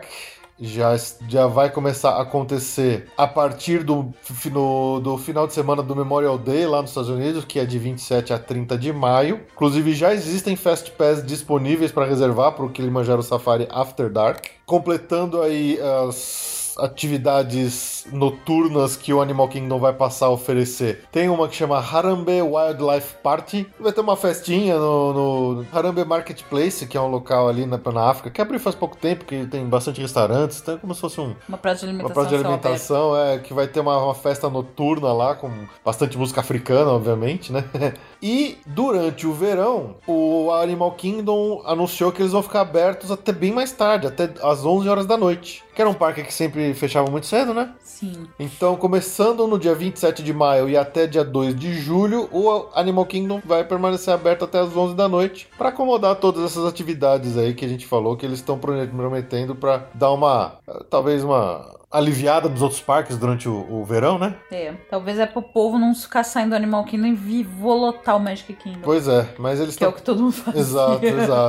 A: já vai começar a acontecer a partir do final de semana do Memorial Day lá nos Estados Unidos, que é de 27 a 30 de maio. Inclusive, já existem Fast Pass disponíveis para reservar para o Kilimanjaro Safari After Dark, completando aí as atividades noturnas que o Animal Kingdom vai passar a oferecer. Tem uma que chama Harambe Wildlife Party. Vai ter uma festinha no Harambe Marketplace, que é um local ali na África, que abriu faz pouco tempo, que tem bastante restaurantes, então é como se fosse
B: uma praça de alimentação,
A: que vai ter uma festa noturna lá, com bastante música africana, obviamente, né? E durante o verão, o Animal Kingdom anunciou que eles vão ficar abertos até bem mais tarde, até às 11 horas da noite. Que era um parque que sempre fechava muito cedo, né?
B: Sim.
A: Então, começando no dia 27 de maio e até dia 2 de julho, o Animal Kingdom vai permanecer aberto até as 11 da noite para acomodar todas essas atividades aí que a gente falou que eles estão prometendo para dar talvez uma aliviada dos outros parques durante o verão, né?
B: Talvez é pro povo não ficar saindo do Animal Kingdom e volotar o Magic Kingdom.
A: Pois é, mas eles
B: é o que todo mundo faz.
A: Exato.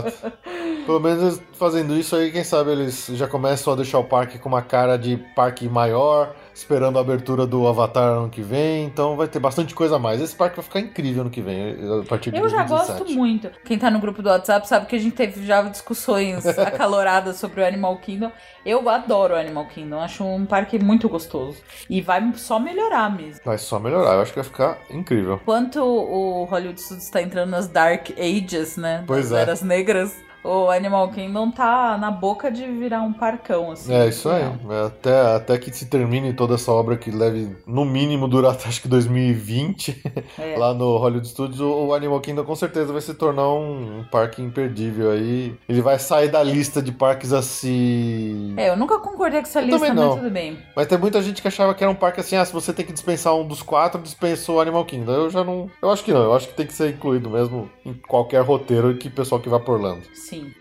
A: Pelo menos fazendo isso aí, quem sabe eles já começam a deixar o parque com uma cara de parque maior, esperando a abertura do Avatar ano que vem, então vai ter bastante coisa a mais. Esse parque vai ficar incrível ano que vem, a partir de 2017.
B: Eu já gosto muito. Quem tá no grupo do WhatsApp sabe que a gente teve já discussões acaloradas sobre o Animal Kingdom. Eu adoro o Animal Kingdom, acho um parque muito gostoso. E vai só melhorar mesmo.
A: Vai só melhorar, eu acho que vai ficar incrível.
B: Enquanto o Hollywood Studios está entrando nas Dark Ages, né?
A: Pois
B: das Eras Negras, o Animal Kingdom tá na boca de virar um parcão, assim.
A: É isso aí. Até que se termine toda essa obra, que deve, no mínimo, durar até acho que 2020, lá no Hollywood Studios, o Animal Kingdom com certeza vai se tornar um parque imperdível aí. Ele vai sair da lista de parques assim...
B: Eu nunca concordei com essa lista, mas tudo bem.
A: Mas tem muita gente que achava que era um parque assim, se você tem que dispensar um dos 4, dispensa o Animal Kingdom. Eu já não... Eu acho que não. Eu acho que tem que ser incluído mesmo em qualquer roteiro que o pessoal que vai por Orlando.
B: Sim.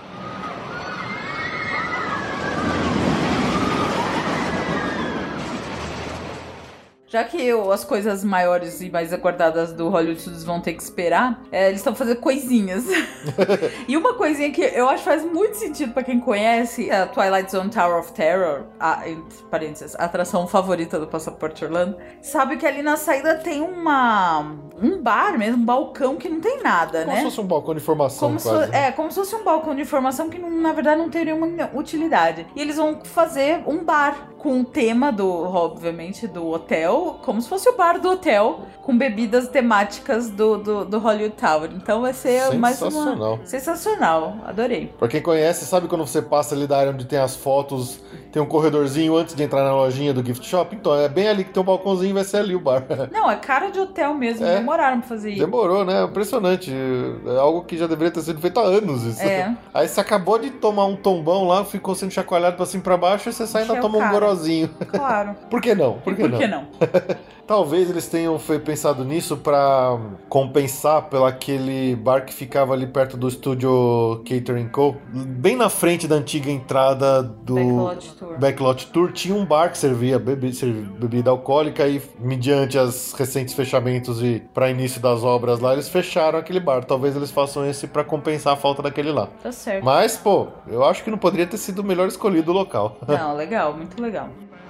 B: Já que as coisas maiores e mais aguardadas do Hollywood Studios vão ter que esperar, eles estão fazendo coisinhas. E uma coisinha que eu acho que faz muito sentido pra quem conhece, a Twilight Zone Tower of Terror, entre parênteses, a atração favorita do Passaporte Orlando, sabe que ali na saída tem um bar mesmo, um balcão que não tem nada, né?
A: Como se fosse um balcão de informação, quase.
B: Como se fosse um balcão de informação que, na verdade, não teria uma utilidade. E eles vão fazer um bar com o tema, obviamente, do hotel, hotel, como se fosse o bar do hotel, com bebidas temáticas do Hollywood Tower. Então vai ser mais uma... Sensacional, adorei.
A: Pra quem conhece, sabe quando você passa ali da área onde tem as fotos, tem um corredorzinho antes de entrar na lojinha do gift shop? Então é bem ali que tem um balcãozinho, vai ser ali o bar.
B: Não, é cara de hotel mesmo, demoraram pra fazer isso.
A: Demorou, né? Impressionante. É algo que já deveria ter sido feito há anos. Isso. Aí você acabou de tomar um tombão lá, ficou sendo chacoalhado pra cima e pra baixo, e você sai e ainda toma um gorozinho.
B: Claro.
A: Por que não?
B: Por que não?
A: Talvez eles tenham pensado nisso pra compensar pelo aquele bar que ficava ali perto do estúdio Catering Co. Bem na frente da antiga entrada do Backlot Tour, tinha um bar que servia bebida alcoólica e, mediante as recentes fechamentos e para início das obras lá, eles fecharam aquele bar. Talvez eles façam esse pra compensar a falta daquele lá.
B: Tá certo.
A: Mas, pô, eu acho que não poderia ter sido o melhor escolhido o local.
B: Não, legal, muito legal.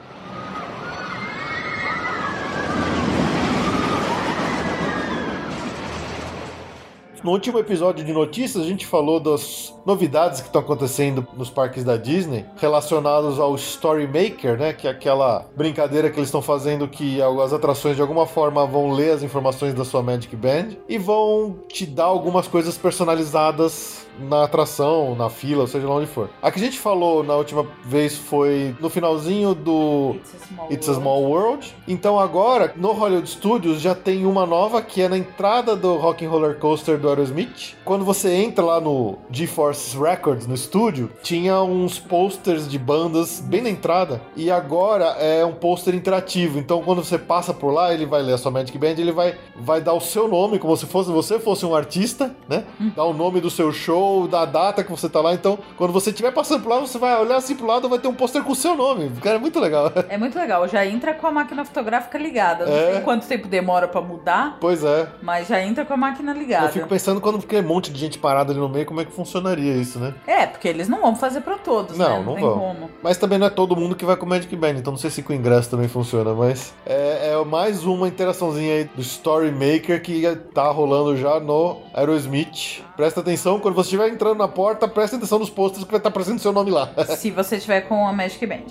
A: No último episódio de notícias, a gente falou das novidades que estão acontecendo nos parques da Disney, relacionados ao Story Maker, né? Que é aquela brincadeira que eles estão fazendo que as atrações de alguma forma vão ler as informações da sua Magic Band e vão te dar algumas coisas personalizadas na atração, na fila, ou seja lá onde for. A que a gente falou na última vez foi no finalzinho do It's a Small World. Então agora, no Hollywood Studios, já tem uma nova que é na entrada do Rock 'n' Roller Coaster do Aerosmith. Quando você entra lá no GeForce Records, no estúdio, tinha uns posters de bandas bem na entrada. E agora é um pôster interativo. Então quando você passa por lá, ele vai ler a sua Magic Band, ele vai dar o seu nome, como se você fosse um artista, né? Dar o nome do seu show, da data que você tá lá. Então, quando você estiver passando por lá, você vai olhar assim pro lado, vai ter um pôster com o seu nome. Cara, é muito legal.
B: É muito legal. Já entra com a máquina fotográfica ligada. Não sei quanto tempo demora pra mudar.
A: Pois é.
B: Mas já entra com a máquina ligada.
A: Eu fico pensando quando fica um monte de gente parada ali no meio, como é que funcionaria isso, né?
B: Porque eles não vão fazer pra todos, né?
A: Não vão. Como. Mas também não é todo mundo que vai com o Magic Band, então não sei se com o ingresso também funciona, mas é mais uma interaçãozinha aí do Story Maker que tá rolando já no Aerosmith. Presta atenção, quando você estiver entrando na porta, presta atenção nos posters que vai estar aparecendo seu nome lá.
B: Se você estiver com a Magic Band.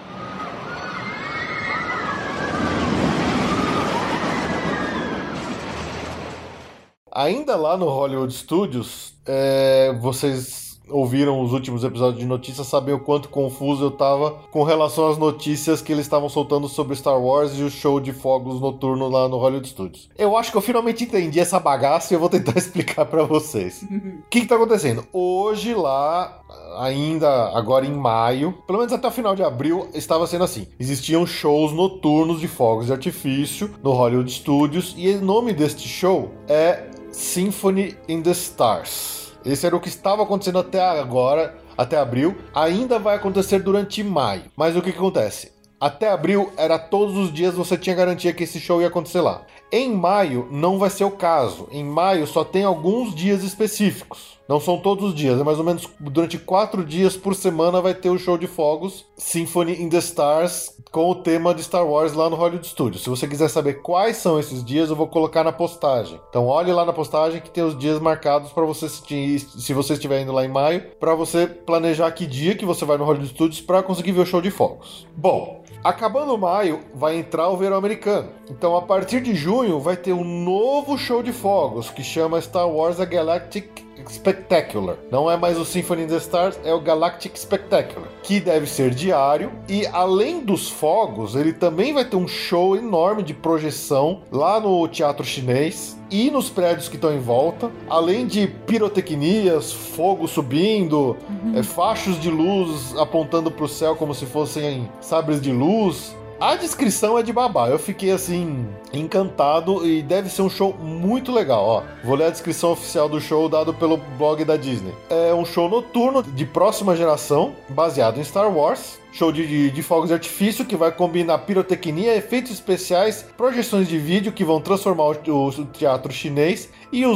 A: Ainda lá no Hollywood Studios, vocês ouviram os últimos episódios de notícias, sabem o quanto confuso eu tava com relação às notícias que eles estavam soltando sobre Star Wars e o show de fogos noturno lá no Hollywood Studios. Eu acho que eu finalmente entendi essa bagaça e eu vou tentar explicar pra vocês. O que tá acontecendo? Hoje lá, ainda agora em maio, pelo menos até o final de abril, estava sendo assim. Existiam shows noturnos de fogos de artifício no Hollywood Studios e o nome deste show é Symphony in the Stars. Esse era o que estava acontecendo até agora, até abril. Ainda vai acontecer durante maio. Mas o que acontece? Até abril, era todos os dias você tinha garantia que esse show ia acontecer lá. Em maio, não vai ser o caso. Em maio, só tem alguns dias específicos. Não são todos os dias, é mais ou menos durante 4 dias por semana vai ter o show de fogos Symphony in the Stars com o tema de Star Wars lá no Hollywood Studios. Se você quiser saber quais são esses dias, eu vou colocar na postagem. Então olhe lá na postagem que tem os dias marcados para você, se você estiver indo lá em maio, para você planejar que dia que você vai no Hollywood Studios para conseguir ver o show de fogos. Bom, acabando maio, vai entrar o verão americano. Então, a partir de junho, vai ter um novo show de fogos, que chama Star Wars A Galactic Spectacular. Não é mais o Symphony in the Stars, é o Galactic Spectacular, que deve ser diário. E, além dos fogos, ele também vai ter um show enorme de projeção lá no Teatro Chinês e nos prédios que estão em volta, além de pirotecnias, fogo subindo, fachos de luz apontando para o céu como se fossem sabres de luz. A descrição é de babá, eu fiquei assim, encantado e deve ser um show muito legal, ó. Vou ler a descrição oficial do show dado pelo blog da Disney. É um show noturno de próxima geração, baseado em Star Wars. Show de fogos de artifício que vai combinar pirotecnia, efeitos especiais, projeções de vídeo que vão transformar o teatro chinês e os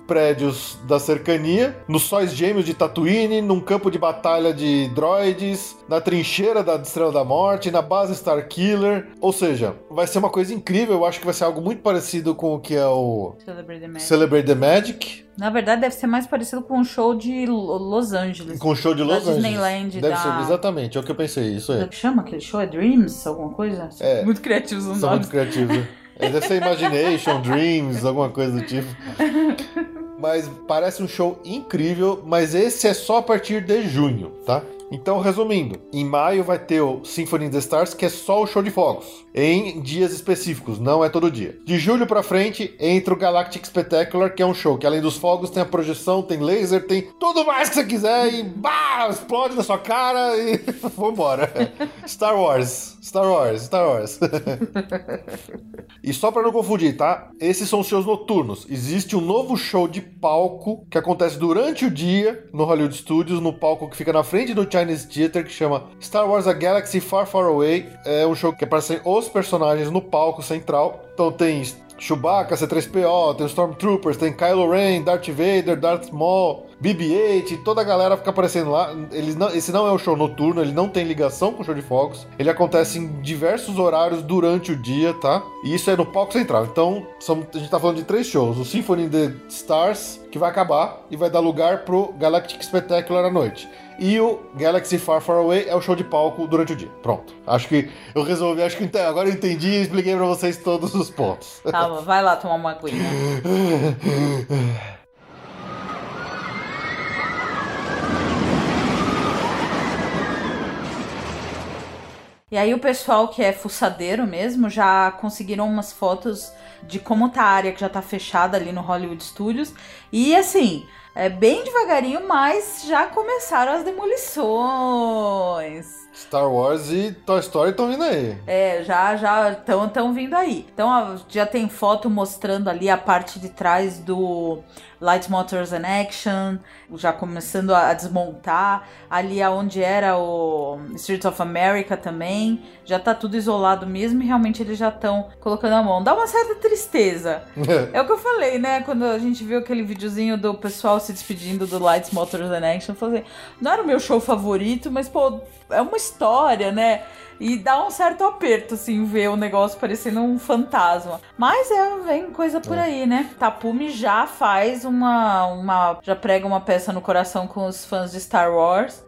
A: prédios da cercania, nos sóis gêmeos de Tatooine, num campo de batalha de droids, na trincheira da Estrela da Morte, na base Starkiller. Ou seja, vai ser uma coisa incrível. Eu acho que vai ser algo muito parecido com o que é o Celebrate the Magic.
B: Na verdade, deve ser mais parecido com um show de Los Angeles.
A: Com o show de Los Angeles.
B: Disneyland.
A: Deve ser, exatamente, é o que eu pensei, isso aí.
B: O que chama aquele show? É Dreams? Alguma coisa?
A: É.
B: Muito criativos os nomes.
A: São muito criativos. Deve ser Imagination, Dreams, alguma coisa do tipo. Mas parece um show incrível, mas esse é só a partir de junho, tá? Então, resumindo, em maio vai ter o Symphony of the Stars, que é só o show de fogos, em dias específicos, não é todo dia. De julho pra frente, entra o Galactic Spectacular, que é um show que além dos fogos tem a projeção, tem laser, tem tudo mais que você quiser e explode na sua cara e vambora. Star Wars. E só pra não confundir, tá? Esses são os shows noturnos. Existe um novo show de palco que acontece durante o dia no Hollywood Studios, no palco que fica na frente do Chinese Theater, que chama Star Wars A Galaxy Far Far Away. É um show que aparecem os personagens no palco central. Então tem Chewbacca, C-3PO, tem os Stormtroopers, tem Kylo Ren, Darth Vader, Darth Maul, BB-8, toda a galera fica aparecendo lá. Esse não é um show noturno, ele não tem ligação com o show de fogos. Ele acontece em diversos horários durante o dia, tá? E isso é no palco central. Então, a gente tá falando de 3 shows. O Symphony of the Stars, que vai acabar e vai dar lugar pro Galactic Spectacular à noite. E o Galaxy Far Far Away é o show de palco durante o dia. Pronto. Acho que eu resolvi, agora eu entendi e expliquei pra vocês todos os pontos.
B: Calma, vai lá tomar uma aguinha. E aí o pessoal que é fuçadeiro mesmo já conseguiram umas fotos de como tá a área que já tá fechada ali no Hollywood Studios. E assim, é bem devagarinho, mas já começaram as demolições.
A: Star Wars e Toy Story estão vindo aí.
B: Já estão vindo aí. Então já tem foto mostrando ali a parte de trás do Light Motors in Action, já começando a desmontar. Ali onde era o Streets of America também, já tá tudo isolado mesmo e realmente eles já estão colocando a mão. Dá uma certa tristeza. É o que eu falei, né? Quando a gente viu aquele videozinho do pessoal se despedindo do Light Motors in Action, eu falei, não era o meu show favorito, mas pô, é uma história, né? E dá um certo aperto, assim, ver o negócio parecendo um fantasma. Mas vem coisa por aí, né? Tapume já faz já prega uma peça no coração com os fãs de Star Wars.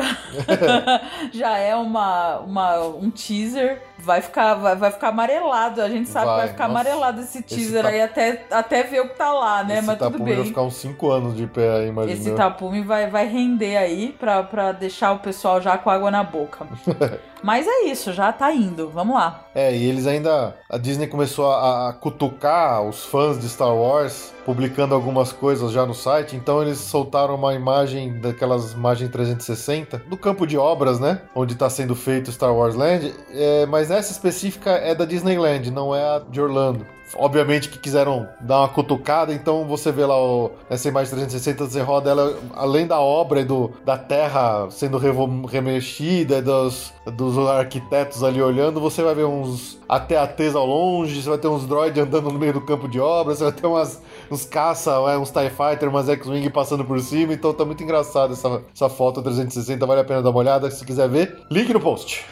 B: Já é um teaser. Vai ficar amarelado. A gente sabe que vai ficar amarelado esse teaser aí até ver o que tá lá, né? Mas tudo bem.
A: Vai ficar uns 5 anos de pé aí, imagina.
B: Esse tapume vai render aí pra deixar o pessoal já com água na boca. Mas é isso, já tá indo. Vamos lá.
A: E eles ainda... A Disney começou a cutucar os fãs de Star Wars, publicando algumas coisas já no site. Então eles soltaram uma imagem, daquelas imagens 360, do campo de obras, né? Onde tá sendo feito Star Wars Land. Mas essa específica é da Disneyland, não é a de Orlando. Obviamente que quiseram dar uma cutucada, então você vê lá essa imagem 360, você roda ela, além da obra e da terra sendo remexida, dos arquitetos ali olhando, você vai ver uns AT-ATs ao longe, você vai ter uns droids andando no meio do campo de obra, você vai ter uns caça, uns TIE Fighter, umas X-Wing passando por cima, então tá muito engraçado essa foto 360, vale a pena dar uma olhada, se quiser ver, link no post.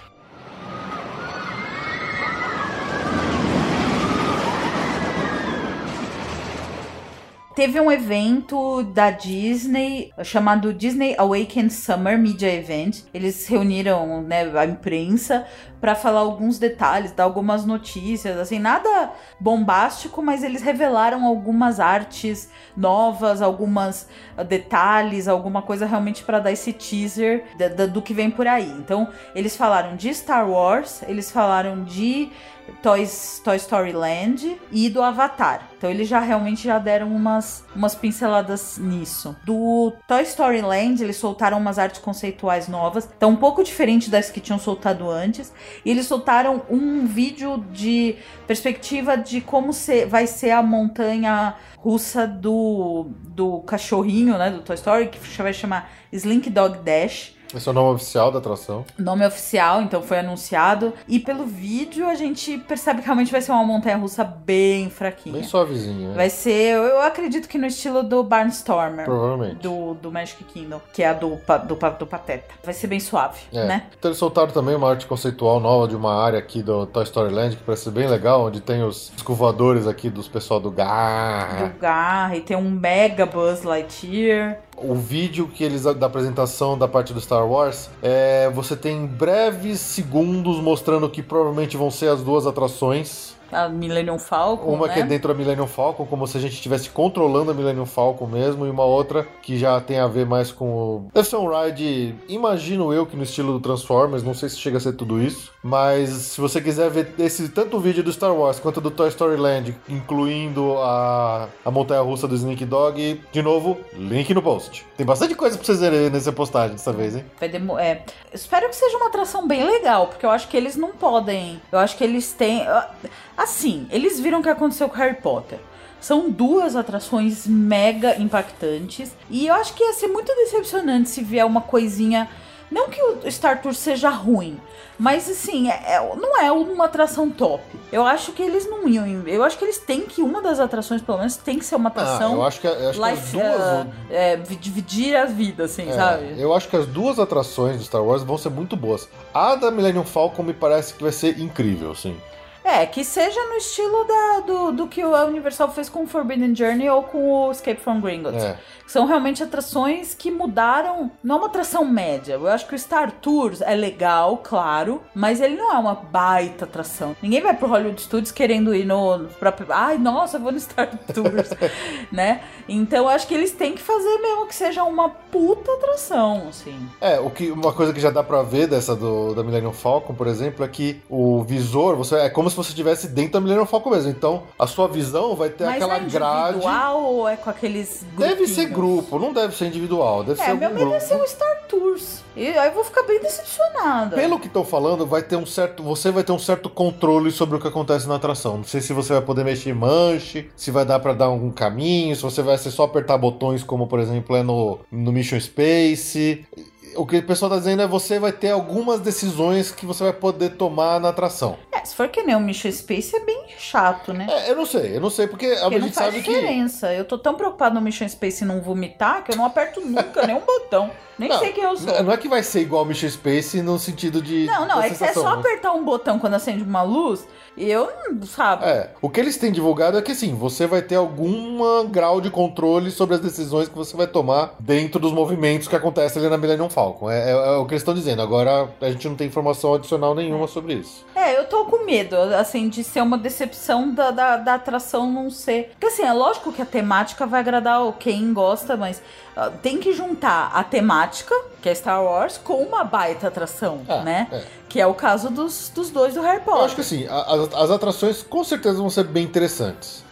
B: Teve um evento da Disney chamado Disney Awaken Summer Media Event. Eles reuniram, né, a imprensa para falar alguns detalhes, dar algumas notícias, assim, nada bombástico, mas eles revelaram algumas artes novas, alguns detalhes, alguma coisa realmente para dar esse teaser do que vem por aí. Então, eles falaram de Star Wars, eles falaram de Toy Story Land e do Avatar. Então eles realmente deram umas pinceladas nisso. Do Toy Story Land, eles soltaram umas artes conceituais novas. Então um pouco diferente das que tinham soltado antes. E eles soltaram um vídeo de perspectiva de como vai ser a montanha russa do cachorrinho, né, do Toy Story, que vai chamar Slink Dog Dash.
A: Esse é o nome oficial da atração.
B: Nome oficial, então foi anunciado. E pelo vídeo a gente percebe que realmente vai ser uma montanha-russa bem fraquinha.
A: Bem suavezinha.
B: Vai ser, eu acredito que no estilo do Barnstormer.
A: Provavelmente.
B: Do Magic Kingdom, que é a do Pateta. Vai ser bem suave, né?
A: Então eles soltaram também uma arte conceitual nova de uma área aqui do Toy Story Land, que parece bem legal, onde tem os voadores aqui dos pessoal do GAR.
B: E tem um mega Buzz Lightyear.
A: O vídeo que eles da apresentação da parte do Star Wars, você tem breves segundos mostrando que provavelmente vão ser as duas atrações.
B: A Millennium Falcon,
A: Uma
B: né?
A: que é dentro da Millennium Falcon, como se a gente estivesse controlando a Millennium Falcon mesmo, e uma outra que já tem a ver mais com... Deve ser um ride, imagino eu, que no estilo do Transformers, não sei se chega a ser tudo isso, mas se você quiser ver tanto o vídeo do Star Wars quanto do Toy Story Land, incluindo a montanha-russa do Sneak Dog, de novo, link no post. Tem bastante coisa pra vocês verem nessa postagem dessa vez, hein?
B: Espero que seja uma atração bem legal, porque eu acho que eles não podem... Eu acho que eles têm... Assim, eles viram o que aconteceu com Harry Potter. São duas atrações mega impactantes. E eu acho que ia ser muito decepcionante se vier uma coisinha... Não que o Star Tours seja ruim, mas assim, não é uma atração top. Eu acho que eles não iam... Eu acho que eles têm que... Uma das atrações, pelo menos, tem que ser uma atração...
A: eu acho que as duas...
B: dividir as vidas, assim, sabe?
A: Eu acho que as duas atrações do Star Wars vão ser muito boas. A da Millennium Falcon me parece que vai ser incrível, assim.
B: Que seja no estilo do que a Universal fez com o Forbidden Journey ou com o Escape from Gringotts. São realmente atrações que mudaram, não é uma atração média. Eu acho que o Star Tours é legal, claro, mas ele não é uma baita atração. Ninguém vai pro Hollywood Studios querendo ir ai, nossa, eu vou no Star Tours, né? Então eu acho que eles têm que fazer mesmo que seja uma puta atração, assim.
A: Uma coisa que já dá pra ver dessa da Millennium Falcon, por exemplo, é que o visor, é como se você estivesse dentro da Millennium Falcon mesmo. Então, a sua visão vai ter aquela grade...
B: individual ou é com aqueles grupinhos?
A: Deve ser grupo, não deve ser individual. Deve ser
B: meu medo
A: grupo.
B: é ser um Star Tours. E aí eu vou ficar bem decepcionada.
A: Pelo que estão falando, você vai ter um certo controle sobre o que acontece na atração. Não sei se você vai poder mexer manche, se vai dar pra dar algum caminho, se você vai ser só apertar botões, como por exemplo é no Mission Space. O que o pessoal tá dizendo é que você vai ter algumas decisões que você vai poder tomar na atração.
B: Se for que nem o Mission Space, é bem chato, né?
A: Eu não sei, porque a gente sabe que...
B: Não faz diferença. Eu tô tão preocupado no Mission Space não vomitar que eu não aperto nunca nenhum botão. Nem sei quem eu sou.
A: Não é que vai ser igual ao Mission Space no sentido de...
B: Não, é que é só apertar um botão quando acende uma luz e eu não sabe.
A: O que eles têm divulgado é que assim, você vai ter algum grau de controle sobre as decisões que você vai tomar dentro dos movimentos que acontecem ali na Millennium Falcon. É o que eles estão dizendo. Agora a gente não tem informação adicional nenhuma sobre isso.
B: Eu tô com medo, assim, de ser uma decepção da atração não ser... Porque assim, é lógico que a temática vai agradar quem gosta, mas tem que juntar a temática, que é Star Wars, com uma baita atração, né? Que é o caso dos dois do Harry Potter.
A: Eu acho que assim, as atrações com certeza vão ser bem interessantes.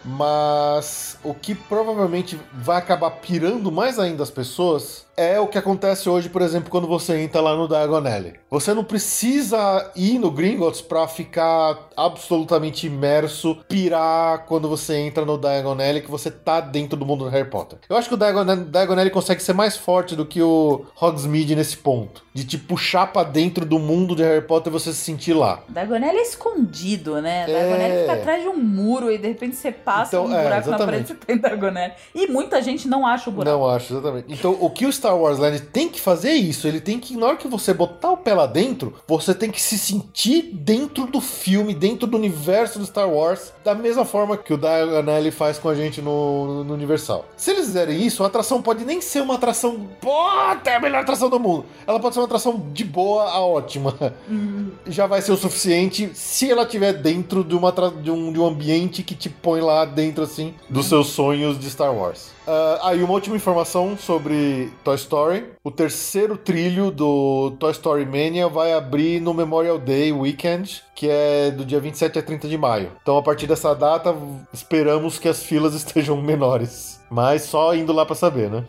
A: Mas o que provavelmente vai acabar pirando mais ainda as pessoas é o que acontece hoje, por exemplo, quando você entra lá no Diagon Alley. Você não precisa ir no Gringotts pra ficar absolutamente imerso, pirar quando você entra no Diagon Alley, que você tá dentro do mundo do Harry Potter. Eu acho que o Diagon Alley consegue ser mais forte do que o Hogsmeade nesse ponto. De te puxar pra dentro do mundo de Harry Potter e você se sentir lá.
B: O Diagon Alley é escondido, né? O Diagon Alley fica atrás de um muro e de repente você passa um buraco na frente e tem Diagon Alley. E muita gente não acha o buraco.
A: Não acha, exatamente. Então o que o Star Wars Land tem que fazer é isso. Ele tem que, na hora que você botar o pé lá dentro, você tem que se sentir dentro do filme, dentro do universo do Star Wars, da mesma forma que o Diagon Alley faz com a gente no Universal. Se eles fizerem isso, a atração pode nem ser uma atração, é a melhor atração do mundo. Ela pode ser uma atração de boa a ótima. Já vai ser o suficiente se ela estiver dentro de um ambiente que te põe lá dentro, assim, dos seus sonhos de Star Wars. Aí uma última informação sobre Toy Story. O terceiro trilho do Toy Story Mania vai abrir no Memorial Day Weekend, que é do dia 27 a 30 de maio. Então a partir dessa data esperamos que as filas estejam menores. Mas só indo lá pra saber, né?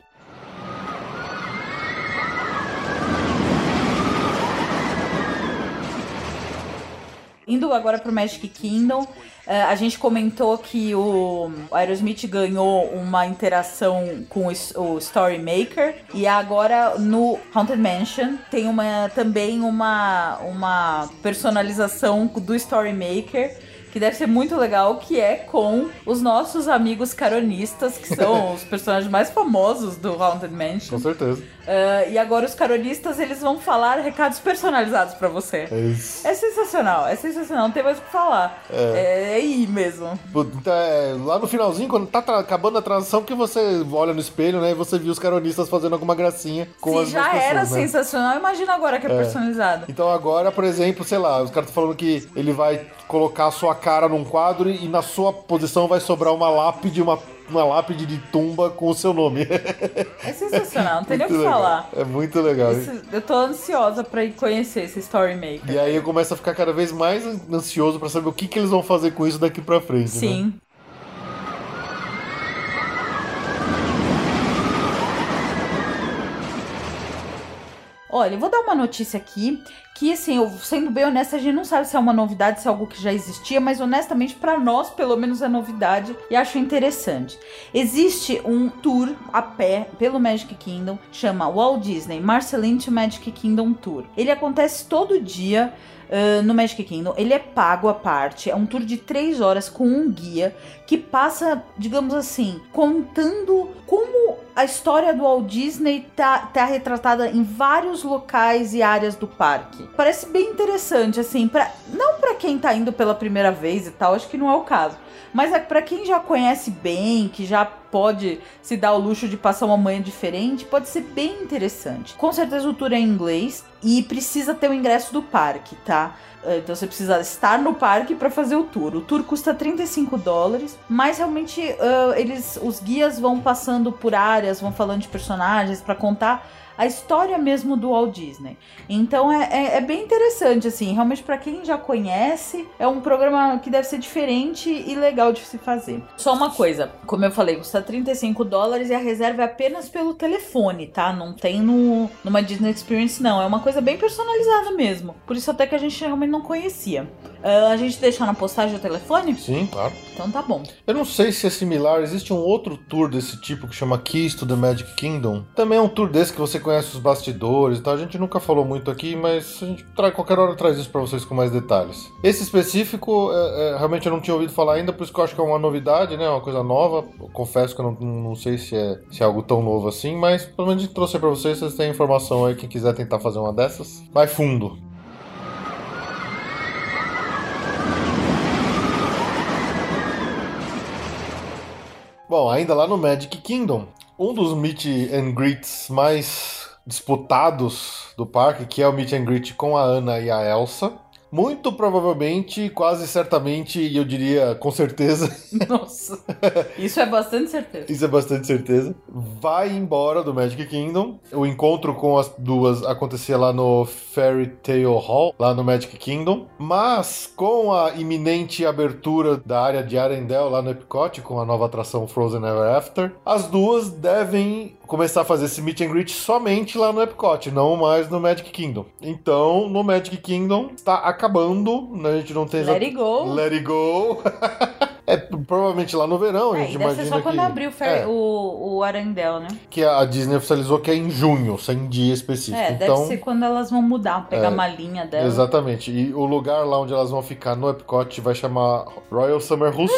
B: Indo agora pro Magic Kingdom, a gente comentou que o Aerosmith ganhou uma interação com o Story Maker, e agora no Haunted Mansion tem também uma personalização do Story Maker, que deve ser muito legal, que é com os nossos amigos caronistas, que são os personagens mais famosos do Haunted Mansion.
A: Com certeza.
B: E agora os caronistas, eles vão falar recados personalizados pra você.
A: É isso.
B: É sensacional, não tem mais o que falar. É aí mesmo.
A: Lá no finalzinho, quando tá acabando a transação, que você olha no espelho, né, e você viu os caronistas fazendo alguma gracinha com as
B: já
A: pessoas,
B: era
A: né?
B: Sensacional, imagina agora que é personalizado.
A: Então agora, por exemplo, sei lá, os caras estão falando que ele vai colocar a sua cara num quadro e na sua posição vai sobrar uma lápide de tumba com o seu nome.
B: É sensacional, não tem nem o que
A: legal.
B: Falar.
A: É muito legal.
B: Eu tô ansiosa pra ir conhecer esse Story Maker.
A: E aí eu começo a ficar cada vez mais ansioso pra saber o que eles vão fazer com isso daqui pra frente.
B: Sim.
A: Né?
B: Olha, eu vou dar uma notícia aqui, que assim, eu, sendo bem honesta, a gente não sabe se é uma novidade, se é algo que já existia, mas honestamente pra nós, pelo menos, é novidade e acho interessante. Existe um tour a pé pelo Magic Kingdom, chama Walt Disney Marceline to Magic Kingdom Tour. Ele acontece todo dia no Magic Kingdom, ele é pago à parte, é um tour de 3 horas com um guia que passa, digamos assim, contando como a história do Walt Disney tá retratada em vários locais e áreas do parque. Parece bem interessante, assim, não pra quem tá indo pela primeira vez e tal, acho que não é o caso, mas é pra quem já conhece bem, que já pode se dar o luxo de passar uma manhã diferente, pode ser bem interessante. Com certeza o tour é em inglês e precisa ter o ingresso do parque, tá? Então você precisa estar no parque para fazer o tour. O tour custa $35, mas realmente os guias vão passando por áreas, vão falando de personagens para contar a história mesmo do Walt Disney. Então é bem interessante, assim, realmente pra quem já conhece, é um programa que deve ser diferente e legal de se fazer. Só uma coisa, como eu falei, custa $35 e a reserva é apenas pelo telefone, tá? Não tem numa Disney Experience, não. É uma coisa bem personalizada mesmo. Por isso até que a gente realmente não conhecia. A gente deixa na postagem o telefone?
A: Sim, claro.
B: Então tá bom.
A: Eu não sei se é similar, existe um outro tour desse tipo que chama Keys to the Magic Kingdom. Também é um tour desse que você conhece os bastidores e tal. A gente nunca falou muito aqui, mas a gente qualquer hora traz isso pra vocês com mais detalhes. Esse específico, realmente eu não tinha ouvido falar ainda, por isso que eu acho que é uma novidade, né? Uma coisa nova. Eu confesso que eu não sei se é algo tão novo assim, mas pelo menos a gente trouxe aí pra vocês têm informação aí, quem quiser tentar fazer uma dessas. Vai fundo. Bom, ainda lá no Magic Kingdom, um dos meet and greets mais disputados do parque, que é o meet and greet com a Anna e a Elsa, muito provavelmente, quase certamente, e eu diria com certeza...
B: Nossa, isso é bastante certeza.
A: Isso é bastante certeza. Vai embora do Magic Kingdom. O encontro com as duas acontecia lá no Fairy Tale Hall, lá no Magic Kingdom. Mas, com a iminente abertura da área de Arendelle, lá no Epcot, com a nova atração Frozen Ever After, as duas devem começar a fazer esse meet and greet somente lá no Epcot, não mais no Magic Kingdom. Então, no Magic Kingdom, está acabando, né? A gente não tem...
B: Let it go.
A: Let it go. Provavelmente lá no verão, a gente imagina que...
B: Deve ser só quando abrir o Arendelle, né?
A: Que a Disney oficializou que é em junho, sem dia específico.
B: Deve ser quando elas vão mudar, pegar a malinha dela.
A: Exatamente. E o lugar lá onde elas vão ficar no Epcot vai chamar Royal Summer House.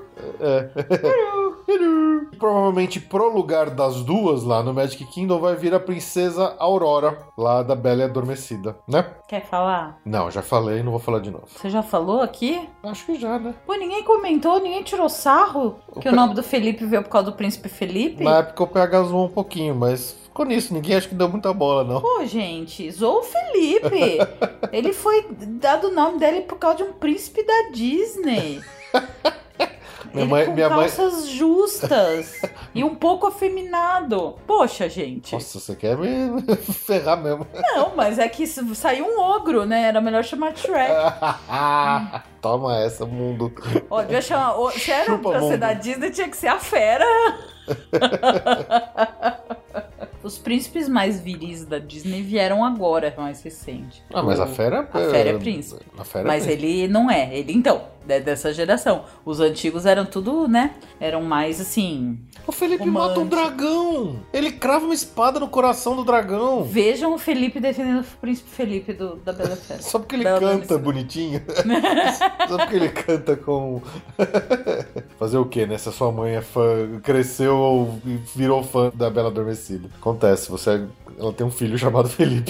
A: Provavelmente pro lugar das duas lá no Magic Kingdom vai vir a Princesa Aurora, lá da Bela e Adormecida, né?
B: Quer falar?
A: Não, já falei, não vou falar de novo.
B: Você já falou aqui?
A: Acho que já, né?
B: Pô, ninguém comentou, ninguém tirou sarro que o nome do Felipe veio por causa do Príncipe Felipe?
A: Na época o PH zoou um pouquinho, mas ficou nisso, ninguém acho que deu muita bola, não.
B: Pô, gente, zoou o Felipe. Ele foi dado o nome dele por causa de um príncipe da Disney. Minha calças justas e um pouco afeminado. Poxa, gente.
A: Nossa, você quer me ferrar mesmo.
B: Não, mas é que saiu um ogro, né? Era melhor chamar Shrek.
A: Toma essa, mundo.
B: Ó, devia chamar... Se era pra ser da Disney, tinha que ser a fera. Os príncipes mais viris da Disney vieram agora, mais recente.
A: Mas a Fera...
B: A Fera é príncipe. Mas ele não é. Ele, então, é dessa geração. Os antigos eram tudo, né? Eram mais, assim...
A: O Felipe mata um dragão! Ele crava uma espada no coração do dragão!
B: Vejam o Felipe defendendo o príncipe Felipe da Bela Fera.
A: Só porque ele canta bonitinho. Só porque ele canta com... Fazer o quê, né? Se a sua mãe é fã, cresceu ou virou fã da Bela Adormecida. Acontece, ela tem um filho chamado Felipe.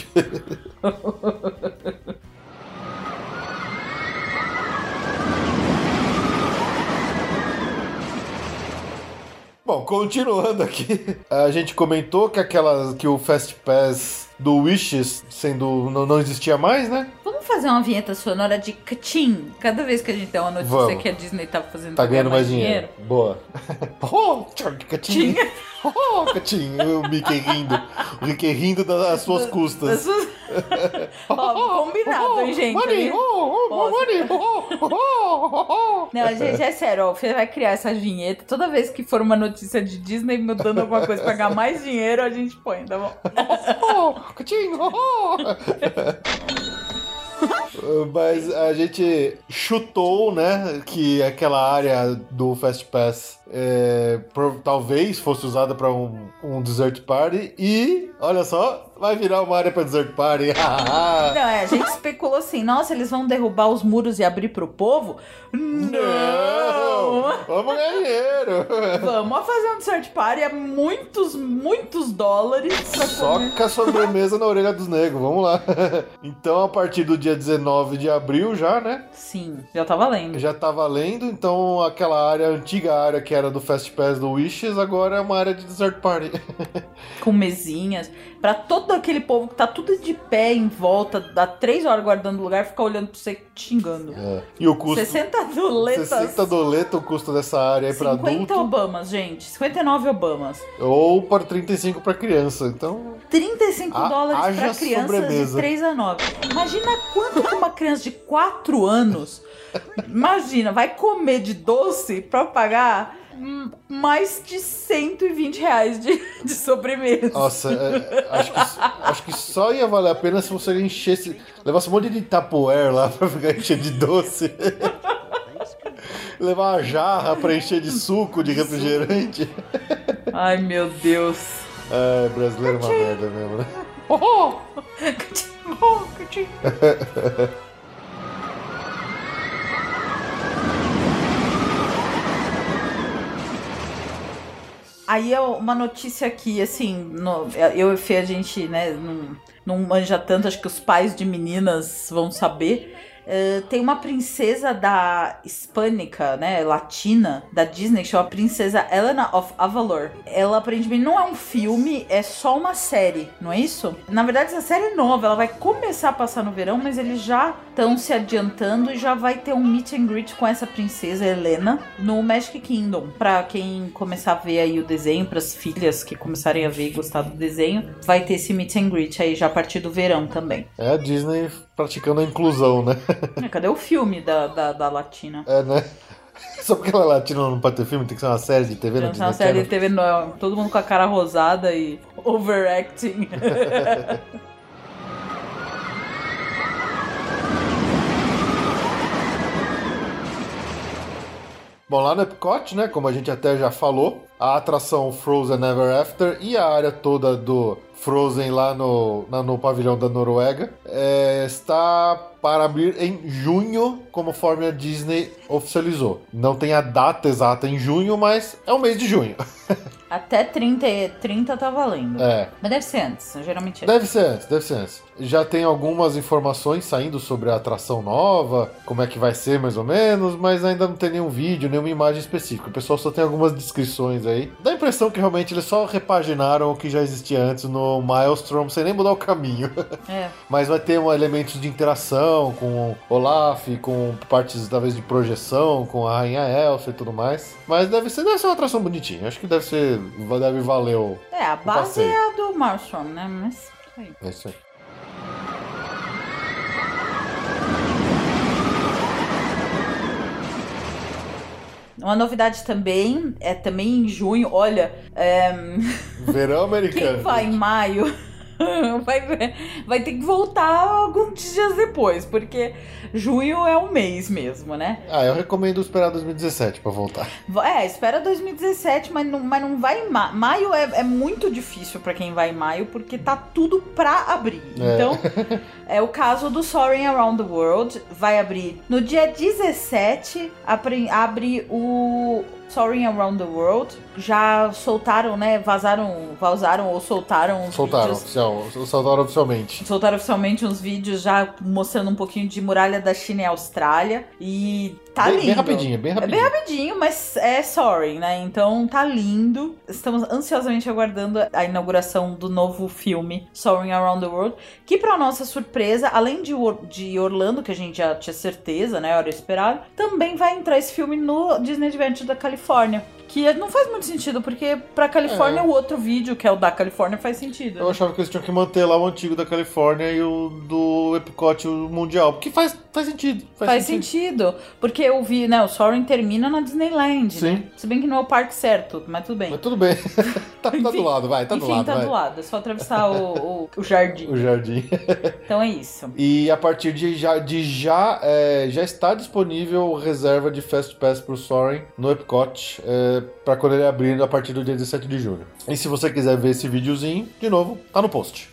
A: Bom, continuando aqui, a gente comentou que o Fast Pass do Wishes não existia mais, né?
B: Vamos fazer uma vinheta sonora de cachim cada vez que a gente tem uma notícia que a Disney tá fazendo
A: tá ganhando mais dinheiro. Boa. Oh, cachim. Oh, cachim. O Mickey rindo. O Mickey rindo das suas custas.
B: Combinado, hein, gente?
A: Money, money.
B: Não, gente, é sério, ó, você vai criar essa vinheta. Toda vez que for uma notícia de Disney mudando alguma coisa pra ganhar mais dinheiro, a gente põe, tá bom?
A: Mas a gente chutou, né, que aquela área do Fast Pass talvez fosse usada para um Dessert Party e, olha só, vai virar uma área para Dessert Party.
B: Não, a gente especulou assim, nossa, eles vão derrubar os muros e abrir pro povo? Não!
A: Vamos ganhar dinheiro!
B: Vamos fazer um Dessert Party a muitos dólares pra comer.
A: Soca a sobremesa na orelha dos negros, vamos lá. Então, a partir do dia 19 de abril já, né?
B: Sim, já tá valendo.
A: Já tá valendo, então aquela antiga área que era do Fast Pass do Wishes, agora é uma área de Dessert Party.
B: Com mesinhas, pra todo aquele povo que tá tudo de pé em volta, dá 3 horas guardando lugar, ficar olhando pra você xingando.
A: E o custo...
B: 60 doletas.
A: 60 doletas o custo dessa área aí pra adulto.
B: 50 Obamas, gente. 59 Obamas.
A: Ou para 35 pra criança, então...
B: 35 dólares pra crianças de 3 a 9. Imagina quanto que uma criança de 4 anos, vai comer de doce pra pagar mais de 120 reais de sobremesa.
A: Nossa, acho que só ia valer a pena se você levasse um monte de Tupperware lá pra ficar encher de doce. Levar uma jarra pra encher de suco, de refrigerante.
B: Ai, meu Deus.
A: Brasileiro é uma merda mesmo, né? Aí é uma notícia aqui, assim, eu e o Fê, a gente, né, não manja tanto, acho que os pais de meninas vão saber. Tem uma princesa da hispânica, né, latina, da Disney, que chama Princesa Helena of Avalor. Ela aparentemente não é um filme, é só uma série, não é isso? Na verdade, essa série é nova, ela vai começar a passar no verão, mas eles já estão se adiantando e já vai ter um meet and greet com essa princesa Helena no Magic Kingdom. Pra quem começar a ver aí o desenho, pras filhas que começarem a ver e gostar do desenho, vai ter esse meet and greet aí já a partir do verão também. É a Disney praticando a inclusão, né?
B: Cadê o filme da Latina?
A: Né? Só porque ela é latina não pode ter filme, tem que ser uma série de TV,
B: não, uma série de TV, não. Todo mundo com a cara rosada e overacting.
A: Bom, lá no Epcot, né, como a gente até já falou, a atração Frozen Ever After e a área toda do Frozen lá no pavilhão da Noruega está para abrir em junho, conforme a Disney oficializou. Não tem a data exata em junho, mas é o mês de junho.
B: Até 30 tá valendo. Mas deve ser antes, geralmente é.
A: Deve ser antes. Já tem algumas informações saindo sobre a atração nova, como é que vai ser mais ou menos, mas ainda não tem nenhum vídeo, nenhuma imagem específica. O pessoal só tem algumas descrições aí. Dá a impressão que realmente eles só repaginaram o que já existia antes no Maelstrom, sem nem mudar o caminho. Mas vai ter elementos de interação com o Olaf, com partes talvez de projeção, com a Rainha Elsa e tudo mais. Mas deve ser uma atração bonitinha. Acho que deve valer o
B: a base
A: passeio.
B: é a do Maelstrom, né? Mas
A: é isso aí.
B: Uma novidade também, também em junho, olha...
A: Verão americano.
B: Quem vai em maio... vai ter que voltar alguns dias depois, porque junho é um mês mesmo, né?
A: Eu recomendo esperar 2017 pra voltar.
B: Espera 2017, mas não vai em maio. Maio é muito difícil pra quem vai em maio, porque tá tudo pra abrir. Então, é o caso do Soaring Around the World, vai abrir no dia 17, abre o Soaring Around the World. Já soltaram, né? Vazaram ou soltaram uns vídeos.
A: Soltaram oficialmente.
B: Soltaram oficialmente uns vídeos já mostrando um pouquinho de muralha da China e Austrália. E tá lindo.
A: Bem rapidinho.
B: É bem rapidinho, mas é Soaring, né? Então tá lindo. Estamos ansiosamente aguardando a inauguração do novo filme Soaring Around the World, que pra nossa surpresa, além de Orlando, que a gente já tinha certeza, né? Era esperado, também vai entrar esse filme no Disney Adventure da Califórnia. Que não faz muito sentido, porque pra Califórnia o outro vídeo, que é o da Califórnia, faz sentido.
A: Eu achava que eles tinham que manter lá o antigo da Califórnia e o do Epcot, o Mundial. Porque faz sentido.
B: Faz sentido. Porque eu vi, né, o Soaring termina na Disneyland.
A: Sim.
B: Né? Se bem que não é o parque certo, mas tudo bem.
A: Mas tudo bem. tá do lado, vai. Tá do lado.
B: É só atravessar o jardim.
A: O jardim.
B: Então é isso.
A: E a partir já está disponível reserva de Fast Pass pro Soaring no Epcot. Para quando ele abrir a partir do dia 17 de junho. E se você quiser ver esse videozinho, de novo, tá no post.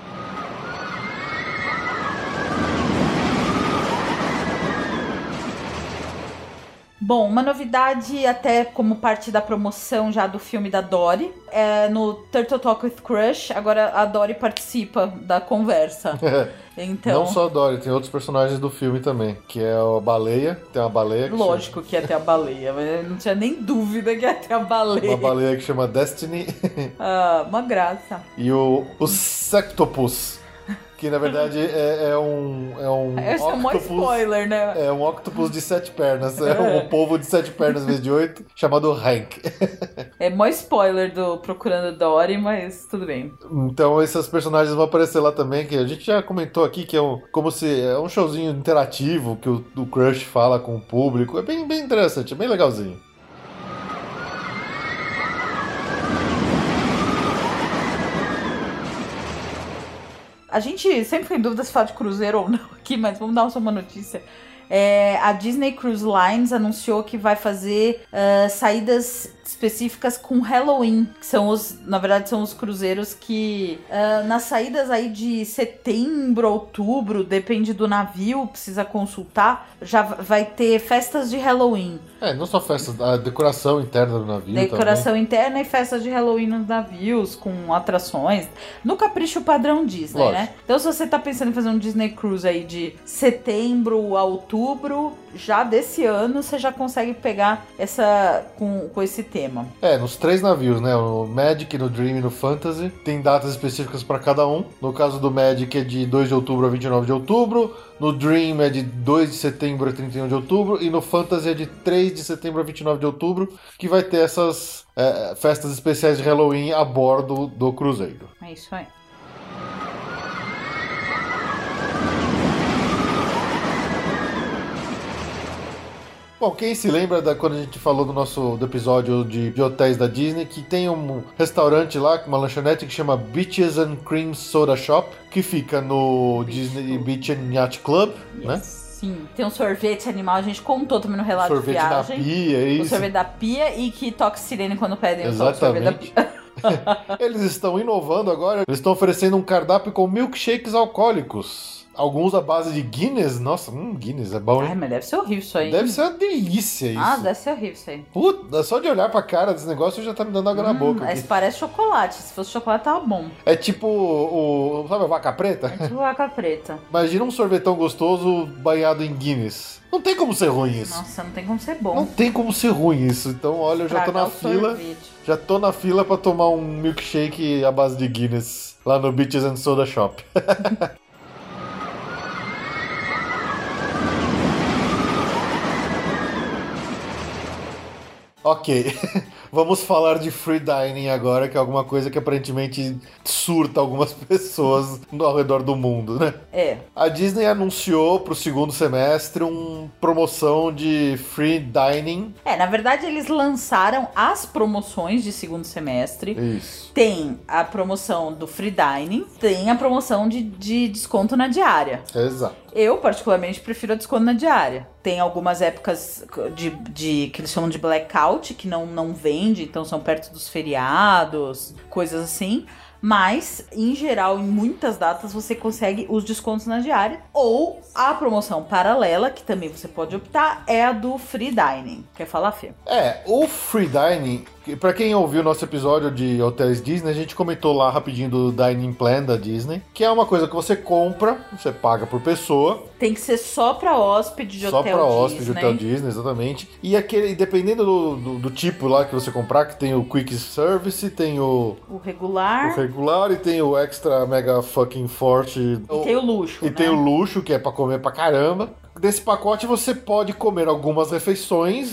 B: Bom, uma novidade até como parte da promoção já do filme da Dory, no Turtle Talk with Crush, agora a Dory participa da conversa. Então,
A: não só a Dory, tem outros personagens do filme também, que é a baleia, tem uma baleia que
B: lógico que ia ter a baleia, mas não tinha nem dúvida que ia ter a baleia.
A: Uma baleia que chama Destiny.
B: Uma graça.
A: E o Sectopus, que na verdade é um
B: Esse
A: octopus,
B: é um maior spoiler, né?
A: É um octopus de 7 pernas. É um polvo de 7 pernas em vez de 8, chamado Hank.
B: É maior spoiler do Procurando Dory, mas tudo bem.
A: Então esses personagens vão aparecer lá também, que a gente já comentou aqui, que é um showzinho interativo, que o Crush fala com o público. É bem interessante, é bem legalzinho.
B: A gente sempre tem dúvida se fala de cruzeiro ou não aqui, mas vamos dar só uma notícia. A Disney Cruise Lines anunciou que vai fazer saídas específicas com Halloween, que são na verdade são os cruzeiros que nas saídas aí de setembro, outubro, depende do navio, precisa consultar, já vai ter festas de Halloween.
A: Não só festas, a decoração interna do navio.
B: Decoração
A: também.
B: Interna e festas de Halloween nos navios, com atrações, no capricho padrão Disney,
A: lógico,
B: né? Então se você tá pensando em fazer um Disney Cruise aí de setembro a outubro, já desse ano você já consegue pegar com esse tema.
A: Nos 3 navios, né? No Magic, no Dream e no Fantasy. Tem datas específicas para cada um. No caso do Magic é de 2 de outubro a 29 de outubro. No Dream é de 2 de setembro a 31 de outubro. E no Fantasy é de 3 de setembro a 29 de outubro. Que vai ter essas festas especiais de Halloween a bordo do cruzeiro.
B: É isso aí.
A: Bom, quem se lembra quando a gente falou do episódio de hotéis da Disney, que tem um restaurante lá, uma lanchonete que chama Beaches and Cream Soda Shop, que fica no Disney Beach and Yacht Club, né?
B: Sim, tem um sorvete animal, a gente contou também no relato
A: sorvete
B: de viagem.
A: Sorvete da pia, é isso.
B: O sorvete da pia e que toca sirene quando pedem
A: Exatamente.
B: o sorvete da pia.
A: Eles estão inovando agora, eles estão oferecendo um cardápio com milkshakes alcoólicos. Alguns à base de Guinness. Nossa, Guinness é bom, hein?
B: Ai, mas deve ser horrível isso aí.
A: Deve ser uma delícia isso.
B: Deve ser horrível isso aí.
A: Puta, só de olhar pra cara desse negócio já tá me dando água na boca.
B: Mas parece chocolate. Se fosse chocolate, tava bom.
A: É tipo sabe a vaca preta?
B: É tipo vaca preta.
A: Imagina um sorvetão gostoso banhado em Guinness. Não tem como ser ruim isso.
B: Nossa, não tem como ser bom.
A: Não tem como ser ruim isso. Então, olha, eu já tô na fila. Sorvete. Já tô na fila pra tomar um milkshake à base de Guinness lá no Beaches and Soda Shop. Ok. Vamos falar de free dining agora, que é alguma coisa que aparentemente surta algumas pessoas ao redor do mundo, né? A Disney anunciou pro segundo semestre uma promoção de free dining.
B: Na verdade eles lançaram as promoções de segundo semestre.
A: Isso.
B: Tem a promoção do free dining, tem a promoção de desconto na diária.
A: Exato.
B: Eu, particularmente, prefiro a desconto na diária. Tem algumas épocas que eles chamam de blackout, que não vende, então são perto dos feriados, coisas assim. Mas, em geral, em muitas datas, você consegue os descontos na diária. Ou a promoção paralela, que também você pode optar, é a do free dining. Quer falar, Fê?
A: O free dining, pra quem ouviu o nosso episódio de hotéis Disney, a gente comentou lá rapidinho do Dining Plan da Disney, que é uma coisa que você compra, você paga por pessoa.
B: Tem que ser só pra hóspede de hotel Disney.
A: Só pra hóspede de hotel Disney, exatamente. E dependendo do tipo lá que você comprar, que tem o Quick Service, tem o
B: regular
A: e tem o Extra Mega Fucking Forte.
B: E tem o luxo,
A: E tem o luxo, que é pra comer pra caramba. Desse pacote você pode comer algumas refeições,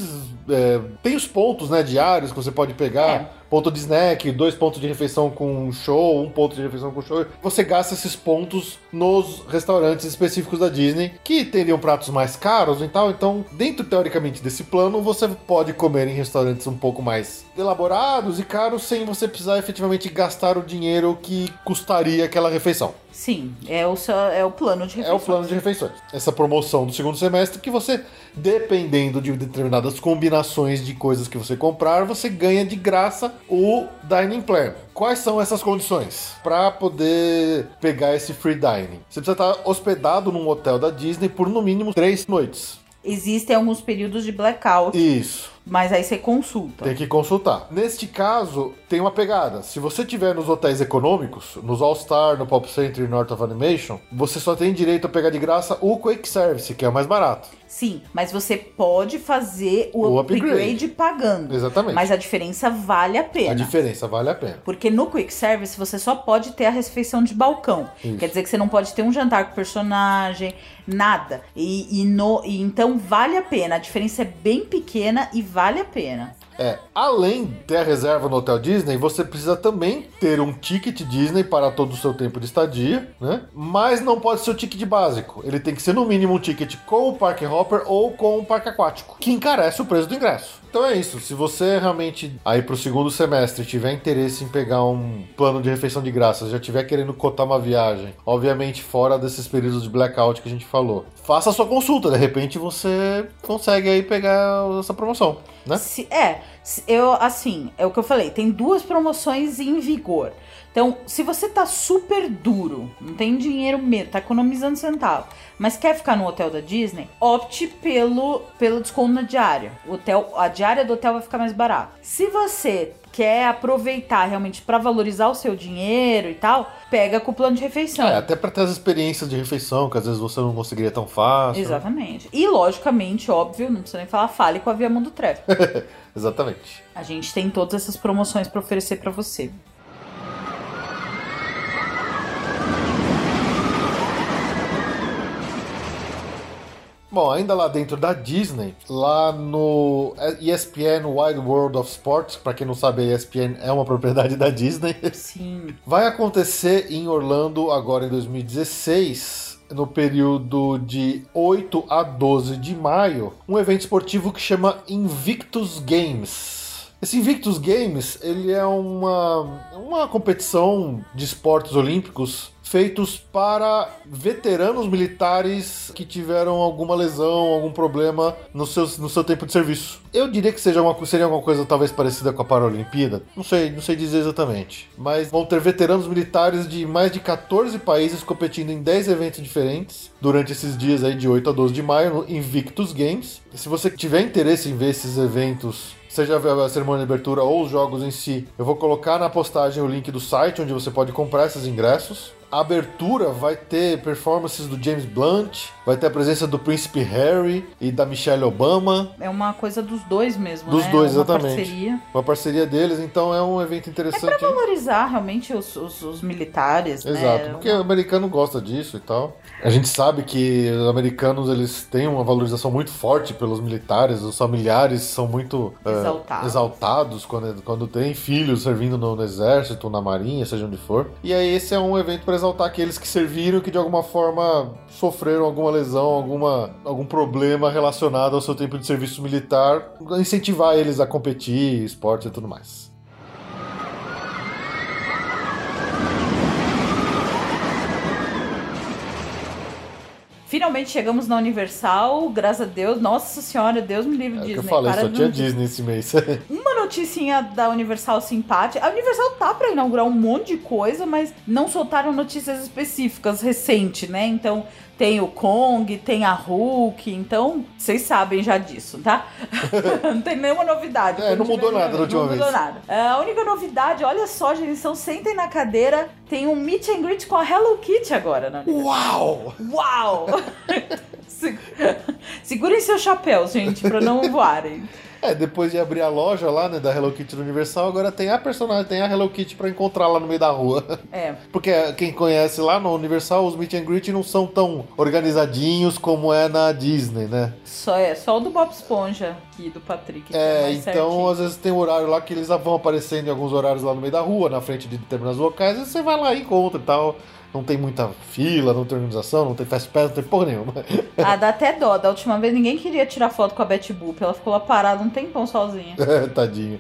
A: tem os pontos, né, diários que você pode pegar, ponto de snack, 2 pontos de refeição com show, 1 ponto de refeição com show. Você gasta esses pontos nos restaurantes específicos da Disney, que teriam pratos mais caros e tal, então dentro, teoricamente, desse plano, você pode comer em restaurantes um pouco mais elaborados e caros, sem você precisar efetivamente gastar o dinheiro que custaria aquela refeição.
B: Sim, é o plano de refeições.
A: É o plano de refeições. Essa promoção do segundo semestre que você, dependendo de determinadas combinações de coisas que você comprar, você ganha de graça o Dining Plan. Quais são essas condições para poder pegar esse free dining? Você precisa estar hospedado num hotel da Disney por no mínimo 3 noites.
B: Existem alguns períodos de blackout.
A: Isso.
B: Mas aí você consulta.
A: Tem que consultar. Neste caso, tem uma pegada. Se você estiver nos hotéis econômicos, nos All Star, no Pop Center e North of Animation, você só tem direito a pegar de graça o Quick Service, que é o mais barato.
B: Sim, mas você pode fazer o upgrade pagando.
A: Exatamente.
B: Mas a diferença vale a pena.
A: A diferença vale a pena.
B: Porque no Quick Service você só pode ter a refeição de balcão.
A: Isso.
B: Quer dizer que você não pode ter um jantar com o personagem, nada. E então vale a pena. A diferença é bem pequena e vale a pena.
A: Além de ter a reserva no Hotel Disney, você precisa também ter um ticket Disney para todo o seu tempo de estadia, né? Mas não pode ser o ticket básico. Ele tem que ser no mínimo um ticket com o Park Hopper ou com o Parque Aquático, que encarece o preço do ingresso. Então é isso, se você realmente aí pro segundo semestre tiver interesse em pegar um plano de refeição de graça, já tiver querendo cotar uma viagem, obviamente fora desses períodos de blackout que a gente falou, faça a sua consulta, de repente você consegue aí pegar essa promoção, né?
B: É o que eu falei, tem 2 promoções em vigor. Então, se você tá super duro, não tem dinheiro mesmo, tá economizando centavo, mas quer ficar no hotel da Disney, opte pelo desconto na diária. A diária do hotel vai ficar mais barata. Se você quer aproveitar realmente para valorizar o seu dinheiro e tal, pega com o plano de refeição.
A: Até para ter as experiências de refeição, que às vezes você não conseguiria tão fácil.
B: Exatamente. E, logicamente, óbvio, não precisa nem falar, fale com a Via Mundo Travel.
A: Exatamente.
B: A gente tem todas essas promoções para oferecer para você.
A: Bom, ainda lá dentro da Disney, lá no ESPN Wide World of Sports, pra quem não sabe, a ESPN é uma propriedade da Disney.
B: Sim.
A: Vai acontecer em Orlando agora em 2016, no período de 8 a 12 de maio, um evento esportivo que chama Invictus Games. Esse Invictus Games, ele é uma competição de esportes olímpicos feitos para veteranos militares que tiveram alguma lesão, algum problema no seu tempo de serviço. Eu diria que seria alguma coisa talvez parecida com a Paralimpíada. Não sei dizer exatamente. Mas vão ter veteranos militares de mais de 14 países competindo em 10 eventos diferentes durante esses dias aí de 8 a 12 de maio no Invictus Games. E se você tiver interesse em ver esses eventos, seja a cerimônia de abertura ou os jogos em si, eu vou colocar na postagem o link do site onde você pode comprar esses ingressos. A abertura vai ter performances do James Blunt, vai ter a presença do Príncipe Harry e da Michelle Obama.
B: É uma coisa dos dois mesmo,
A: dos
B: né?
A: Dois,
B: uma
A: exatamente.
B: Parceria.
A: Uma parceria deles, então é um evento interessante.
B: É pra valorizar realmente os militares,
A: Exato,
B: né?
A: porque o americano gosta disso e tal. A gente sabe que os americanos, eles têm uma valorização muito forte pelos militares, os familiares são muito exaltados quando tem filhos servindo no exército, na marinha, seja onde for. E aí esse é um evento para exaltar aqueles que serviram, que de alguma forma sofreram alguma lesão, algum problema relacionado ao seu tempo de serviço militar, incentivar eles a competir, esportes e tudo mais.
B: Finalmente chegamos na Universal, graças a Deus. Nossa senhora, Deus me livre de Disney.
A: É o que eu falei, só tinha Disney esse mês.
B: Uma noticinha da Universal simpática. A Universal tá pra inaugurar um monte de coisa, mas não soltaram notícias específicas recentes, né? Então tem o Kong, tem a Hulk, então vocês sabem já disso, tá? Não tem nenhuma novidade.
A: Não mudou nada da última vez.
B: Não mudou nada. A única novidade, olha só, gente, então sentem na cadeira, tem um meet and greet com a Hello Kitty agora, né?
A: Uau!
B: Uau! Segurem seus chapéus, gente, pra não voarem.
A: Depois de abrir a loja lá, né, da Hello Kitty no Universal, agora tem a personagem, tem a Hello Kitty pra encontrar lá no meio da rua. Porque quem conhece lá no Universal, os meet and greet não são tão organizadinhos como é na Disney, né?
B: Só o do Bob Esponja e do Patrick.
A: Então
B: certinho.
A: Às vezes tem horário lá que eles vão aparecendo em alguns horários lá no meio da rua, na frente de determinados locais, e você vai lá e encontra e tal. Não tem muita fila, não tem organização, não tem fast pass, não tem porra nenhuma.
B: Dá até dó. Da última vez ninguém queria tirar foto com a Betty Boop. Ela ficou lá parada um tempão sozinha.
A: Tadinho.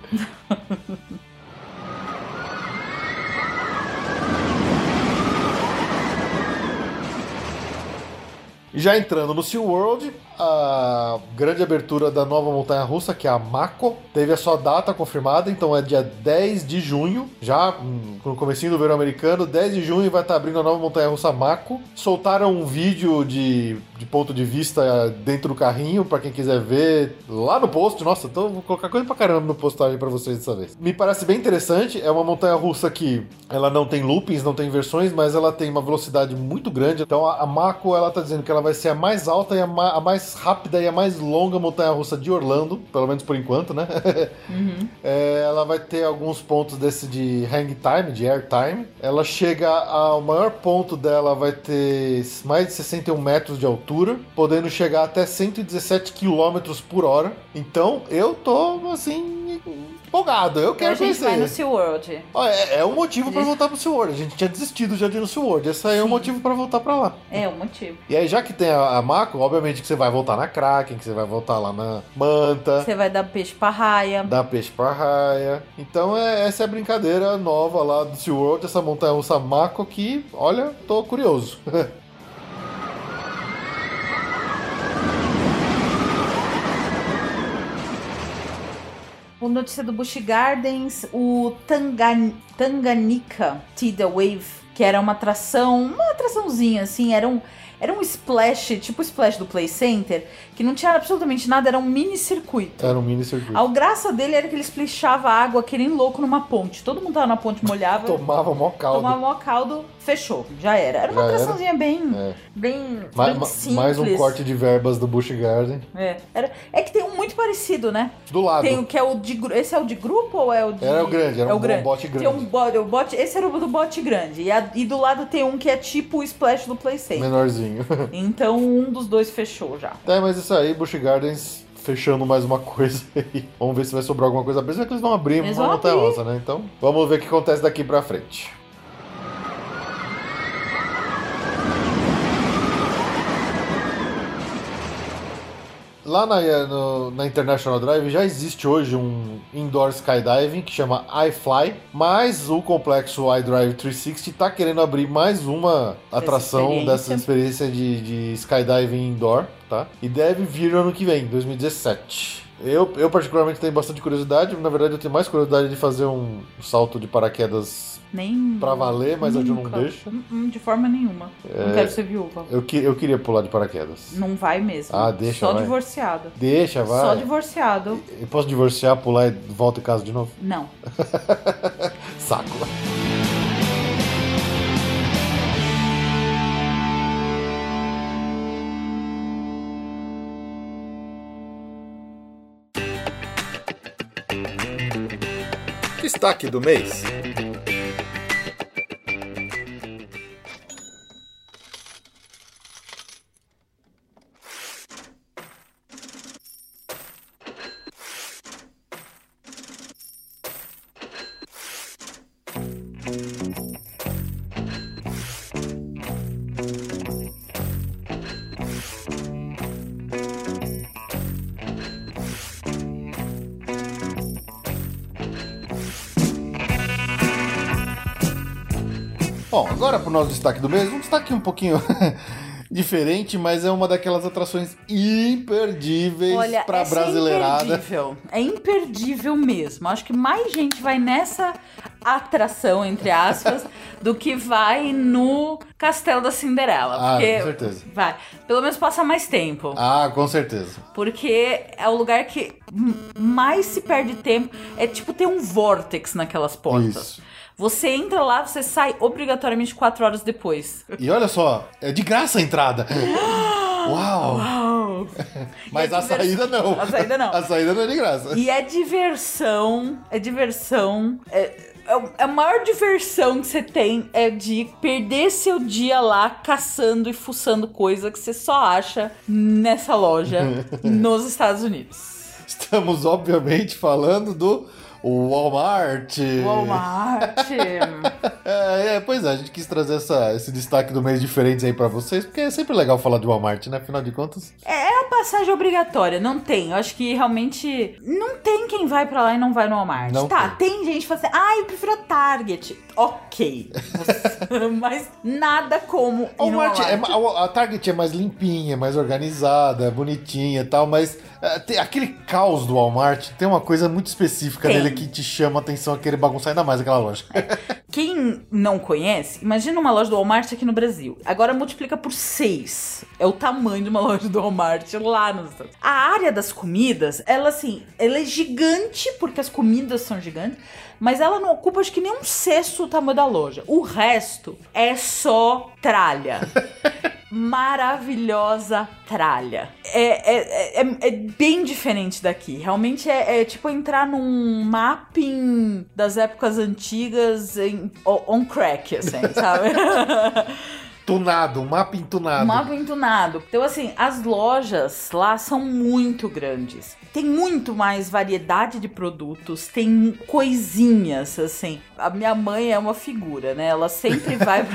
A: Já entrando no SeaWorld, a grande abertura da nova montanha-russa, que é a Mako, teve a sua data confirmada, então é dia 10 de junho, já no comecinho do verão americano, 10 de junho vai estar abrindo a nova montanha-russa Mako. Soltaram um vídeo de ponto de vista dentro do carrinho, pra quem quiser ver, lá no post. Nossa, então vou colocar coisa pra caramba no postagem pra vocês dessa vez. Me parece bem interessante, é uma montanha-russa que ela não tem loopings, não tem inversões, mas ela tem uma velocidade muito grande, então a Mako, ela tá dizendo que ela vai ser a mais alta e a mais rápida e a mais longa montanha-russa de Orlando, pelo menos por enquanto, né?
B: Uhum.
A: Ela vai ter alguns pontos desse de hang time, de air time. Ela chega ao maior ponto dela, vai ter mais de 61 metros de altura, podendo chegar até 117 km por hora. Então, eu tô, assim, empolgado. Eu quero conhecer.
B: A gente vai no SeaWorld.
A: É um motivo pra voltar pro SeaWorld. A gente tinha desistido já de ir no SeaWorld. Esse aí é um motivo pra voltar pra lá.
B: É um motivo.
A: E aí, já que tem a Mako, obviamente que você vai voltar na Kraken, que você vai voltar lá na Manta.
B: Você vai dar peixe pra raia.
A: Dar peixe pra raia. Então, essa é a brincadeira nova lá do SeaWorld, essa montanha-russa Mako que, olha, tô curioso.
B: Notícia do Busch Gardens, o Tanganyika Tidal Wave, que era uma atraçãozinha assim, era um splash, tipo o splash do Play Center, que não tinha absolutamente nada, era um mini circuito.
A: Era um mini circuito.
B: A graça dele era que ele splashava água que nem louco numa ponte. Todo mundo tava na ponte, molhava.
A: Tomava mó caldo,
B: fechou, já era. Era uma atraçãozinha bem simples.
A: Mais um corte de verbas do Busch Garden.
B: É que tem um muito parecido, né?
A: Do lado.
B: Tem o que é o de... Esse é o de grupo ou é o de...
A: Era o grande, era
B: um
A: bote grande.
B: Tem um bote, esse era o do bote grande. E do lado tem um que é tipo o splash do Play Center.
A: Menorzinho.
B: Então um dos dois fechou já.
A: Mas isso aí, Busch Gardens fechando mais uma coisa aí. Vamos ver se vai sobrar alguma coisa. Apesar que eles vão abrir uma montanha-russa, né? Então, vamos ver o que acontece daqui pra frente. Lá na International Drive já existe hoje um indoor skydiving que chama iFly, mas o complexo iDrive 360 está querendo abrir mais uma atração dessa experiência de skydiving indoor, tá? E deve vir no ano que vem, 2017. Eu particularmente tenho bastante curiosidade, na verdade eu tenho mais curiosidade de fazer um salto de paraquedas pra valer, mas a Ju não deixa.
B: De forma nenhuma. Não quero ser viúva.
A: Eu queria pular de paraquedas.
B: Não vai mesmo.
A: Deixa,
B: Só
A: vai.
B: Divorciado.
A: Deixa, vai.
B: Só divorciado.
A: Eu posso divorciar, pular e volto em casa de novo?
B: Não.
A: Saco. Destaque do mês. Bom, agora pro nosso destaque do mês, um destaque um pouquinho diferente, mas é uma daquelas atrações imperdíveis pra brasileirada.
B: É imperdível mesmo. Acho que mais gente vai nessa atração, entre aspas, do que vai no Castelo da Cinderela.
A: Ah,
B: porque
A: com certeza.
B: Vai. Pelo menos passa mais tempo.
A: Ah, com certeza.
B: Porque é o lugar que mais se perde tempo. É tipo ter um vórtex naquelas portas.
A: Isso.
B: Você entra lá, você sai obrigatoriamente 4 horas depois.
A: E olha só, é de graça a entrada. Uau!
B: Uau.
A: Mas a saída não.
B: A saída não.
A: A saída não é de graça.
B: E é diversão. A maior diversão que você tem é de perder seu dia lá caçando e fuçando coisa que você só acha nessa loja nos Estados Unidos.
A: Estamos, obviamente, falando do Walmart. Pois é, a gente quis trazer esse destaque do mês diferentes aí pra vocês, porque é sempre legal falar de Walmart, né? Afinal de contas.
B: É a passagem obrigatória, não tem. Eu acho que realmente não tem quem vai pra lá e não vai no Walmart.
A: Não
B: tem gente que fala assim, eu prefiro a Target. Ok. Mas nada como ir no Walmart.
A: A Target é mais limpinha, mais organizada, bonitinha e tal, mas tem aquele caos do Walmart, tem uma coisa muito específica nele que te chama a atenção, a querer bagunçar ainda mais aquela loja.
B: Quem não conhece, imagina uma loja do Walmart aqui no Brasil. Agora multiplica por 6. É o tamanho de uma loja do Walmart lá nos Estados Unidos. A área das comidas, ela é gigante, porque as comidas são gigantes, mas ela não ocupa, acho que nem um sexto do tamanho da loja. O resto é só tralha. Maravilhosa tralha. É bem diferente daqui. Realmente é tipo entrar num mapping das épocas antigas on crack, assim, sabe?
A: Tunado, um mapa entunado.
B: Mapa entunado. Então, assim, as lojas lá são muito grandes. Tem muito mais variedade de produtos, tem coisinhas, assim. A minha mãe é uma figura, né? Ela sempre vai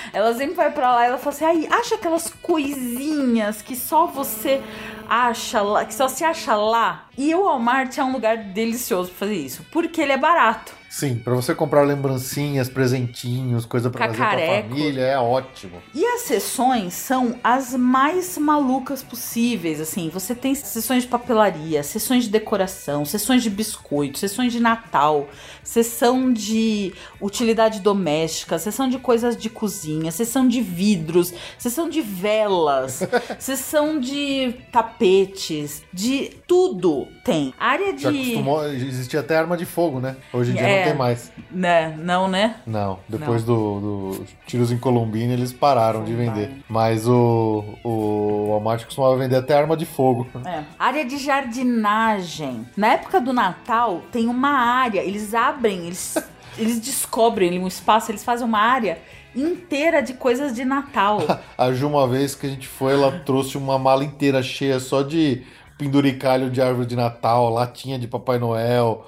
B: pra lá e ela fala assim, acha aquelas coisinhas que só você acha lá, que só se acha lá. E o Walmart é um lugar delicioso pra fazer isso, porque ele é barato.
A: Sim, pra você comprar lembrancinhas, presentinhos, coisa pra fazer pra família, é ótimo.
B: E as sessões são as mais malucas possíveis, assim. Você tem sessões de papelaria, sessões de decoração, sessões de biscoito, sessões de Natal, sessão de utilidade doméstica, sessão de coisas de cozinha, sessão de vidros, sessão de velas, sessão de tapetes, de tudo tem. Área de...
A: Já costumou existir até arma de fogo, né? Hoje em dia não tem mais.
B: Né? Não, né?
A: Não. Depois do tiros em Columbine, eles pararam de vender. Mas o Walmart costumava vender até arma de fogo.
B: Área de jardinagem. Na época do Natal, tem uma área. Eles abrem, eles descobrem um espaço, eles fazem uma área inteira de coisas de Natal.
A: A Ju, uma vez que a gente foi, ela trouxe uma mala inteira cheia só de penduricalho de árvore de Natal, latinha de Papai Noel,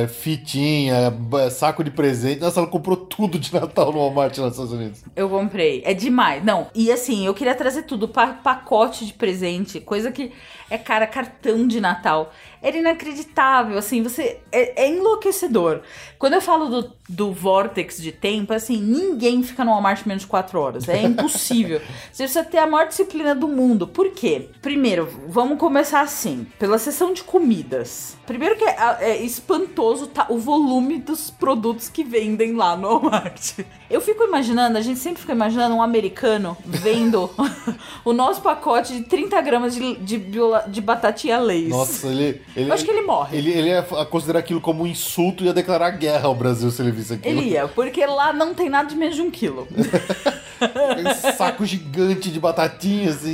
A: fitinha, saco de presente. Nossa, ela comprou tudo de Natal no Walmart nos Estados Unidos.
B: Eu comprei. É demais. Não, e assim, eu queria trazer tudo, pacote de presente, coisa que cartão de Natal. Era inacreditável, assim, é enlouquecedor. Quando eu falo do vórtex de tempo, assim, ninguém fica no Walmart menos de 4 horas. É impossível. Você precisa ter a maior disciplina do mundo. Por quê? Primeiro, vamos começar assim, pela seção de comidas. Primeiro que é espantoso o volume dos produtos que vendem lá no Walmart. Eu fico imaginando, a gente sempre fica imaginando um americano vendo o nosso pacote de 30 gramas de batatinha Lay's.
A: Nossa,
B: eu acho que ele morre.
A: Ele ia considerar aquilo como um insulto e ia declarar guerra ao Brasil se ele visse aquilo.
B: Ele ia, porque lá não tem nada de menos de 1 quilo.
A: Um saco gigante de batatinha, assim,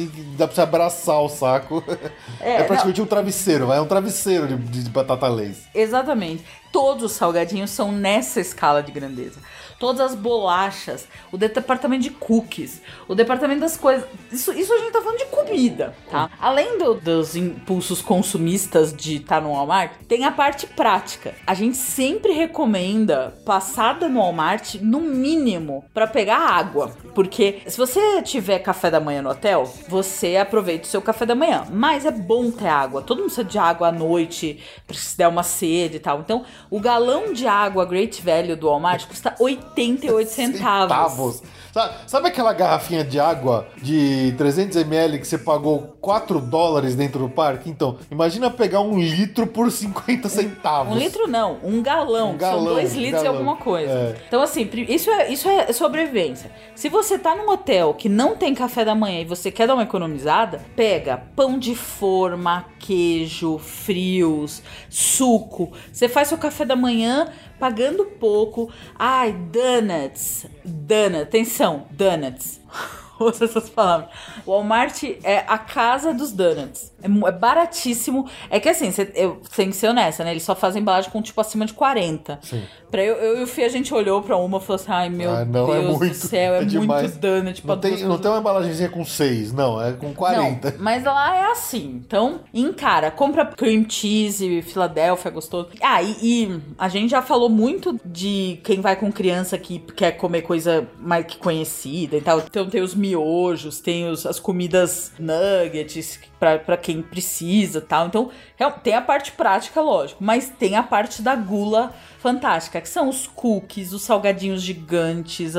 A: dá pra você abraçar o saco. É praticamente um travesseiro, é um travesseiro de batata Lay's.
B: Exatamente. Todos os salgadinhos são nessa escala de grandeza. Todas as bolachas, o departamento de cookies, o departamento das coisas. Isso a gente tá falando de comida, tá? Além dos impulsos consumistas de estar no Walmart, tem a parte prática. A gente sempre recomenda passada no Walmart, no mínimo, pra pegar água. Porque se você tiver café da manhã no hotel, você aproveita o seu café da manhã. Mas é bom ter água. Todo mundo precisa de água à noite, se der uma sede e tal. Então, o galão de água Great Value do Walmart custa 88 centavos.
A: Sabe aquela garrafinha de água de 300ml que você pagou $4 dentro do parque? Então, imagina pegar 1 litro por 50 centavos.
B: 1 litro não, um galão. São 2 litros e alguma coisa. Então, assim, isso é sobrevivência. Se você tá num hotel que não tem café da manhã e você quer dar uma economizada, pega pão de forma, queijo, frios, suco. Você faz seu café da manhã pagando pouco. Ai, donuts. Atenção, donuts. Ouça essas palavras. O Walmart é a casa dos donuts. É baratíssimo. É que assim, eu tenho que ser honesta, né? Eles só fazem embalagem com tipo acima de 40.
A: Sim.
B: Eu e o Fih, a gente olhou pra uma e falou assim: ai meu Deus do céu, é muito donut.
A: Não tem uma embalagenzinha com 6, não, é com 40.
B: Não, mas lá é assim. Então, encara, compra cream cheese, Filadélfia, gostoso. E a gente já falou muito de quem vai com criança que quer comer coisa mais que conhecida e tal. Então tem os miojos, tem as comidas nuggets pra quem precisa e tal. Então, tem a parte prática, lógico, mas tem a parte da gula fantástica, que são os cookies, os salgadinhos gigantes,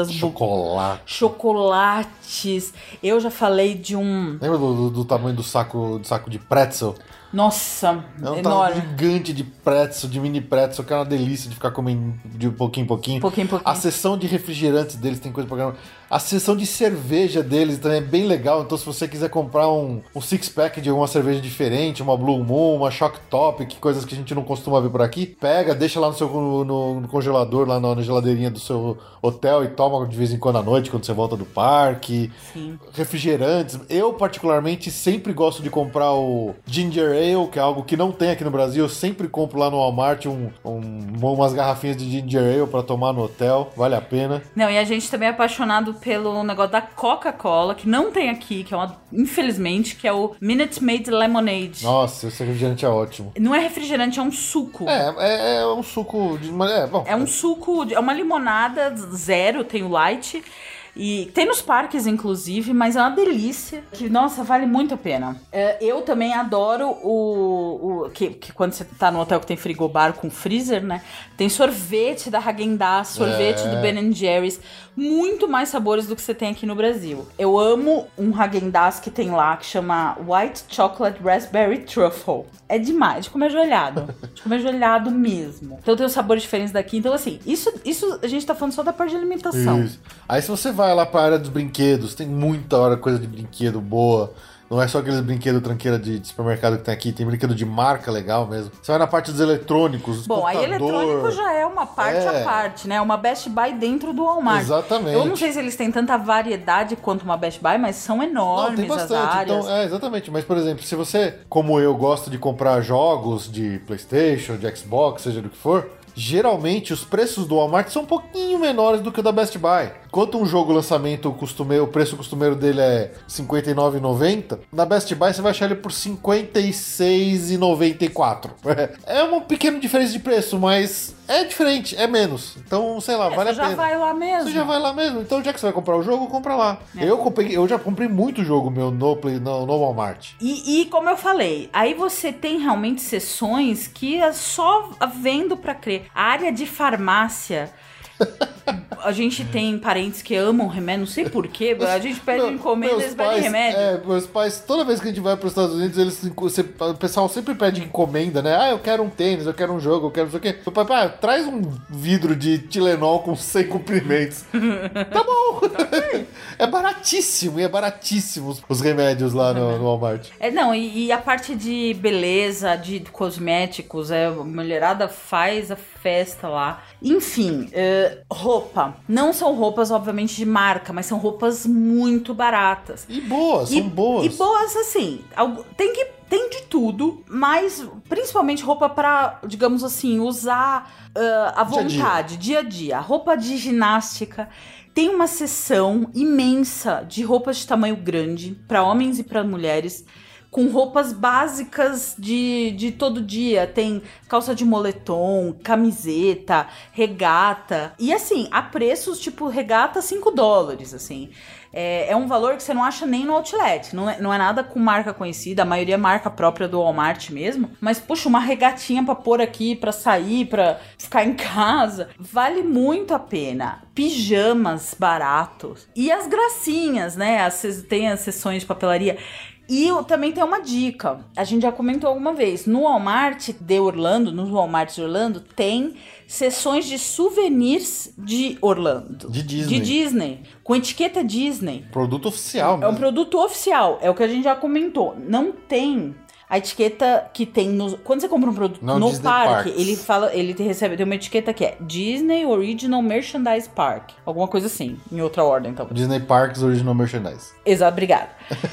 B: chocolates. Eu já falei de um...
A: Lembra do tamanho do saco de pretzel?
B: Nossa,
A: é um
B: enorme.
A: Gigante de pretzel, de mini pretzel, que é uma delícia de ficar comendo de pouquinho em pouquinho. A seção de refrigerantes deles tem coisa pra caramba. A seção de cerveja deles também é bem legal. Então, se você quiser comprar um six-pack de alguma cerveja diferente, uma Blue Moon, uma Shock Top, coisas que a gente não costuma ver por aqui, pega, deixa lá no congelador, lá na geladeirinha do seu hotel e toma de vez em quando à noite, quando você volta do parque.
B: Sim.
A: Refrigerantes. Eu, particularmente, sempre gosto de comprar o Ginger Ale, que é algo que não tem aqui no Brasil. Eu sempre compro lá no Walmart umas garrafinhas de Ginger Ale pra tomar no hotel. Vale a pena.
B: Não, e a gente também é apaixonado pelo negócio da Coca-Cola, que não tem aqui, que é infelizmente, que é o Minute Maid Lemonade.
A: Nossa, esse refrigerante é ótimo.
B: Não é refrigerante, é um suco.
A: É um suco de...
B: É um suco, é uma limonada zero, tem o light... E tem nos parques, inclusive, mas é uma delícia. Que, nossa, vale muito a pena. Eu também adoro que quando você tá no hotel que tem frigobar com freezer, né? Tem sorvete da Häagen-Dazs, sorvete do Ben & Jerry's. Muito mais sabores do que você tem aqui no Brasil. Eu amo um Häagen-Dazs que tem lá, que chama White Chocolate Raspberry Truffle. É demais, de comer ajoelhado. De comer ajoelhado mesmo. Então tem os sabores diferentes daqui. Então, assim, isso a gente tá falando só da parte de alimentação.
A: Isso. Aí se você vai lá pra área dos brinquedos, tem muita coisa de brinquedo boa. Não é só aqueles brinquedos tranqueira de supermercado que tem aqui, tem brinquedo de marca legal mesmo. Você vai na parte dos eletrônicos,
B: bom, aí eletrônico já é uma parte à parte, né? Uma Best Buy dentro do Walmart.
A: Exatamente.
B: Eu não sei se eles têm tanta variedade quanto uma Best Buy, mas são enormes.
A: Não, tem bastante.
B: As áreas.
A: Então, exatamente. Mas, por exemplo, se você, como eu, gosta de comprar jogos de PlayStation, de Xbox, seja do que for, geralmente os preços do Walmart são um pouquinho menores do que o da Best Buy. Enquanto um jogo lançamento, o preço costumeiro dele é R$ 59,90, na Best Buy você vai achar ele por R$ 56,94. É uma pequena diferença de preço, mas é diferente, é menos. Então, sei lá, vale a pena.
B: Você já vai lá mesmo.
A: Você já vai lá mesmo. Então, já que você vai comprar o jogo, compra lá. Eu já comprei muito jogo meu no Walmart.
B: E como eu falei, aí você tem realmente sessões que é só vendo pra crer. A área de farmácia... A gente tem parentes que amam remédio, não sei porquê, a gente pede encomenda e eles pedem remédio.
A: Meus pais, toda vez que a gente vai para os Estados Unidos, o pessoal sempre pede encomenda, né? Eu quero um tênis, eu quero um jogo, eu quero não sei o quê. Meu pai, traz um vidro de Tilenol com 100 comprimentos. Tá bom. É baratíssimo os remédios lá no Walmart.
B: E a parte de beleza, de cosméticos, a mulherada faz festa lá. Enfim, roupa. Não são roupas, obviamente, de marca, mas são roupas muito baratas.
A: E boas, são boas.
B: E boas, assim, tem de tudo, mas principalmente roupa pra, digamos assim, usar à vontade, dia a dia. Roupa de ginástica. Tem uma seção imensa de roupas de tamanho grande para homens e para mulheres, com roupas básicas de todo dia. Tem calça de moletom, camiseta, regata. E assim, a preços tipo regata $5, assim. É um valor que você não acha nem no outlet. Não é nada com marca conhecida. A maioria é marca própria do Walmart mesmo. Mas, poxa, uma regatinha pra pôr aqui, pra sair, pra ficar em casa. Vale muito a pena. Pijamas baratos. E as gracinhas, né? Tem as seções de papelaria. E também tem uma dica. A gente já comentou alguma vez. No Walmart de Orlando, nos Walmarts de Orlando, tem seções de souvenirs de Orlando.
A: De Disney.
B: De Disney. Com etiqueta Disney.
A: Produto oficial mesmo.
B: É um produto oficial. É o que a gente já comentou. Não tem a etiqueta que tem quando você compra um produto no
A: Disney
B: parque,
A: Parks.
B: ele tem uma etiqueta que é Disney Original Merchandise Park. Alguma coisa assim, em outra ordem, talvez.
A: Disney Parks Original Merchandise.
B: Exato, obrigada.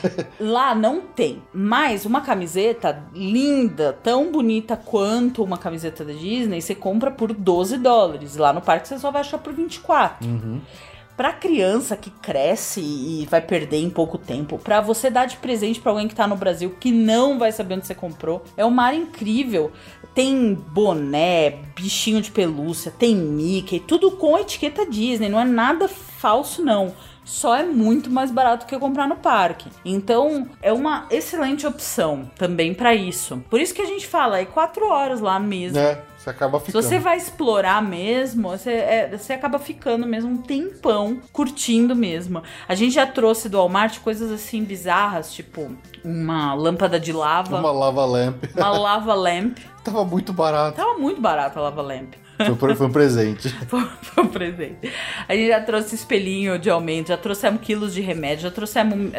B: Lá não tem, mas uma camiseta linda, tão bonita quanto uma camiseta da Disney, você compra por $12. Lá no parque você só vai achar por 24. Pra criança que cresce e vai perder em pouco tempo, pra você dar de presente pra alguém que tá no Brasil que não vai saber onde você comprou, é uma área incrível. Tem boné, bichinho de pelúcia, tem Mickey, tudo com etiqueta Disney, não é nada falso não. Só é muito mais barato que comprar no parque. Então, é uma excelente opção também pra isso. Por isso que a gente fala, é 4 horas lá mesmo.
A: Você acaba ficando.
B: Se você vai explorar mesmo, você acaba ficando mesmo um tempão, curtindo mesmo. A gente já trouxe do Walmart coisas assim bizarras, tipo uma lâmpada de lava.
A: Uma lava lamp.
B: Uma lava lamp.
A: Tava muito barato.
B: Tava muito barato a lava lamp.
A: Foi um presente.
B: Foi um presente. A gente já trouxe espelhinho de aumento, já trouxemos quilos de remédio, já trouxemos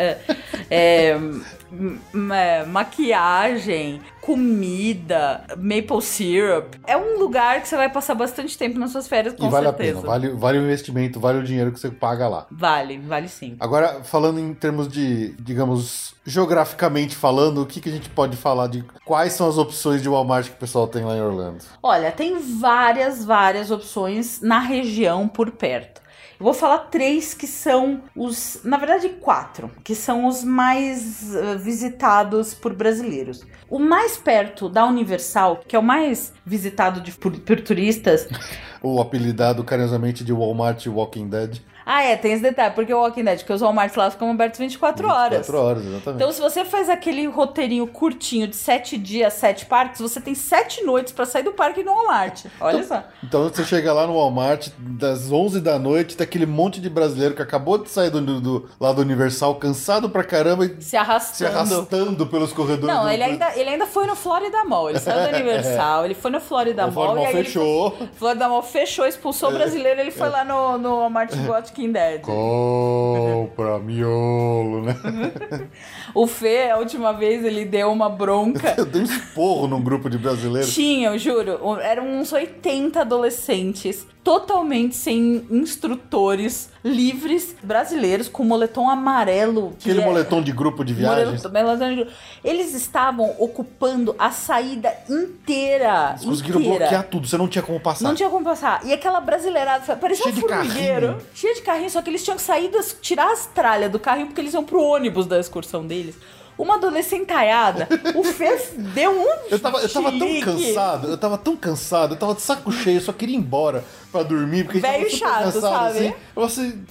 B: maquiagem, comida, maple syrup. É um lugar que você vai passar bastante tempo nas suas férias, com
A: vale
B: certeza.
A: A pena, vale o investimento, vale o dinheiro que você paga lá.
B: Vale sim.
A: Agora, falando em termos de, digamos, geograficamente falando, o que a gente pode falar de quais são as opções de Walmart que o pessoal tem lá em Orlando?
B: Olha, tem várias opções na região por perto. Eu vou falar 3 que são na verdade 4, que são os mais visitados por brasileiros. O mais perto da Universal, que é o mais visitado por turistas.
A: O apelidado carinhosamente de Walmart Walking Dead.
B: Tem esse detalhe, porque o Walking Dead, porque os Walmarts lá ficam abertos 24 horas.
A: 24 horas, exatamente.
B: Então, se você faz aquele roteirinho curtinho de 7 dias, 7 parques, você tem 7 noites pra sair do parque no Walmart. Olha só.
A: Então, você chega lá no Walmart, das 11 da noite, tem aquele monte de brasileiro que acabou de sair lá do Universal, cansado pra caramba e
B: se arrastando
A: pelos corredores.
B: Não, ele ainda foi no Florida Mall. Ele saiu do Universal, ele foi no Florida Mall.
A: O Florida Mall fechou.
B: Florida Mall fechou, expulsou o brasileiro, ele foi lá no Walmart Walking Dead.
A: Compra miolo, né?
B: O Fê, a última vez, ele deu uma bronca.
A: Eu dei um esporro num grupo de brasileiros.
B: Tinha, eu juro. Eram uns 80 adolescentes totalmente sem instrutores, livres, brasileiros, com moletom amarelo.
A: Aquele moletom de grupo de viagens.
B: Eles estavam ocupando a saída inteira.
A: Eles conseguiram bloquear tudo, você não tinha como passar.
B: Não tinha como passar. E aquela brasileirada, parecia um formigueiro. Cheia de carrinho, só que eles tinham que sair, tirar as tralhas do carrinho, porque eles iam pro ônibus da excursão deles. Uma adolescentaiada, o Fê deu um
A: eu tava tão cansado, eu tava de saco cheio, eu só queria ir embora pra dormir, porque
B: velho chato,
A: cansado,
B: sabe?
A: Assim. Eu assim,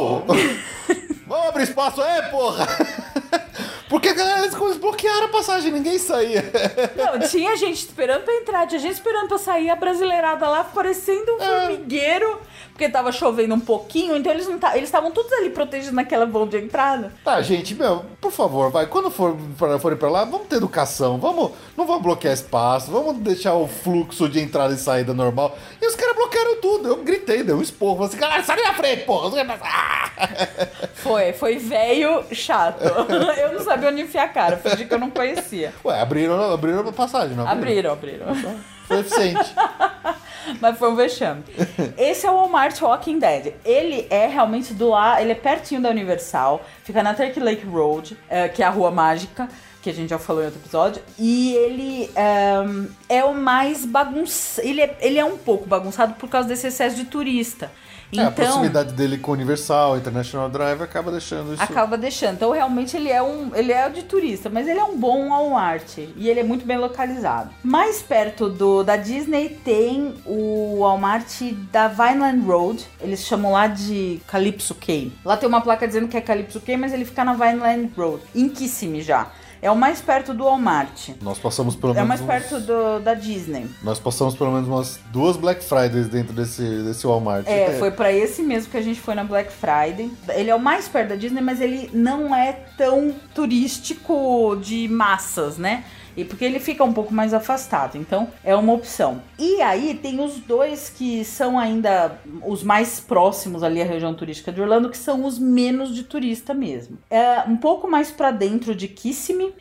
A: vamos abrir espaço, porra! Porque eles bloquearam a passagem, ninguém saía.
B: Não, tinha gente esperando pra entrar, tinha gente esperando pra sair, a brasileirada lá parecendo um formigueiro, porque tava chovendo um pouquinho, então eles estavam todos ali protegidos naquela vão de entrada.
A: Tá, gente, por favor, quando forem pra lá, vamos ter educação, não vamos bloquear espaço, vamos deixar o fluxo de entrada e saída normal. E os caras bloquearam tudo, eu gritei, dei um esporro, falei assim, galera, sai da minha frente, porra!
B: Foi velho chato. Eu não sabia onde enfiar a cara, fingi que eu não conhecia.
A: Ué, abriram a passagem, não
B: Abriram.
A: Foi eficiente.
B: Mas foi um vexame. Esse é o Walmart Walking Dead. Ele é realmente ele é pertinho da Universal, fica na Turkey Lake Road, que é a rua mágica, que a gente já falou em outro episódio, e ele é o mais bagunçado. Ele é um pouco bagunçado por causa desse excesso de turista. Então,
A: a proximidade dele com o Universal, International Drive, acaba deixando isso.
B: Então, realmente, ele é de turista, mas ele é um bom Walmart. E ele é muito bem localizado. Mais perto da Disney tem o Walmart da Vineland Road. Eles chamam lá de Calypso Cay. Lá tem uma placa dizendo que é Calypso Cay, mas ele fica na Vineland Road, em Kissimmee já. É o mais perto do Walmart.
A: Nós passamos pelo menos.
B: É o mais perto da Disney.
A: Nós passamos pelo menos umas 2 Black Fridays dentro desse Walmart.
B: Foi pra esse mesmo que a gente foi na Black Friday. Ele é o mais perto da Disney, mas ele não é tão turístico de massas, né? E porque ele fica um pouco mais afastado, então é uma opção. E aí tem os dois que são ainda os mais próximos ali à região turística de Orlando, que são os menos de turista mesmo. É um pouco mais pra dentro de Kissimmee,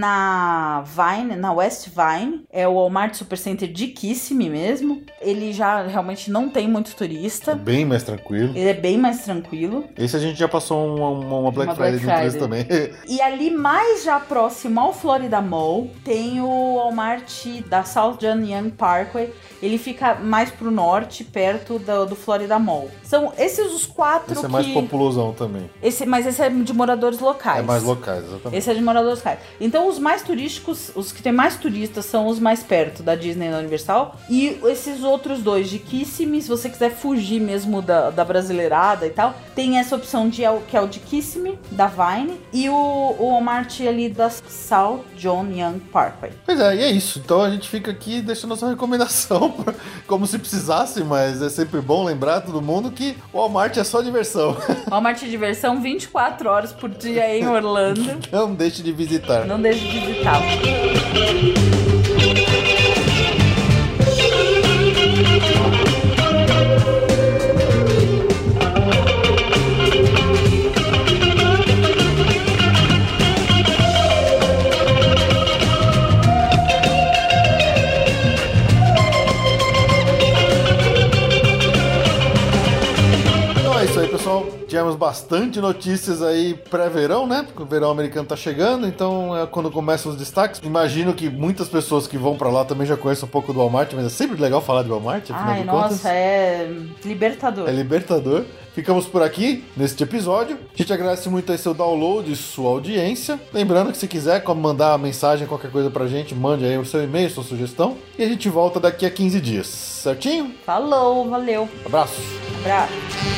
B: na West Vine, é o Walmart Supercenter de Kissimmee mesmo. Ele já realmente não tem muito turista.
A: É bem mais tranquilo.
B: Ele é bem mais tranquilo.
A: Esse a gente já passou uma Black Friday de turista também.
B: E ali mais já próximo ao Florida Mall, tem o Walmart da South John Young Parkway. Ele fica mais pro norte, perto do Florida Mall. São esses os 4
A: Esse é mais populosão também.
B: Mas esse é de moradores locais.
A: É mais locais, exatamente.
B: Esse é de moradores locais. Então os mais turísticos, os que tem mais turistas, são os mais perto da Disney e da Universal. E esses outros dois de Kissimmee, se você quiser fugir mesmo da brasileirada e tal, tem essa opção que é o de Kissimmee, da Vine, e o Walmart ali da South John Young Parkway.
A: Pois é, e é isso. Então a gente fica aqui deixando nossa recomendação, como se precisasse, mas é sempre bom lembrar todo mundo que o Walmart é só diversão.
B: Walmart de diversão 24 horas por dia em Orlando.
A: Não deixe de visitar.
B: Não deixe de visitar.
A: Pessoal, tivemos bastante notícias aí pré-verão, né? Porque o verão americano tá chegando, então é quando começam os destaques. Imagino que muitas pessoas que vão pra lá também já conhecem um pouco do Walmart, mas é sempre legal falar de Walmart, afinal de contas.
B: Nossa, é libertador.
A: É libertador. Ficamos por aqui neste episódio. A gente agradece muito aí seu download e sua audiência. Lembrando que se quiser mandar mensagem, qualquer coisa pra gente, mande aí o seu e-mail, sua sugestão. E a gente volta daqui a 15 dias, certinho?
B: Falou, valeu.
A: Abraços.
B: Abraço.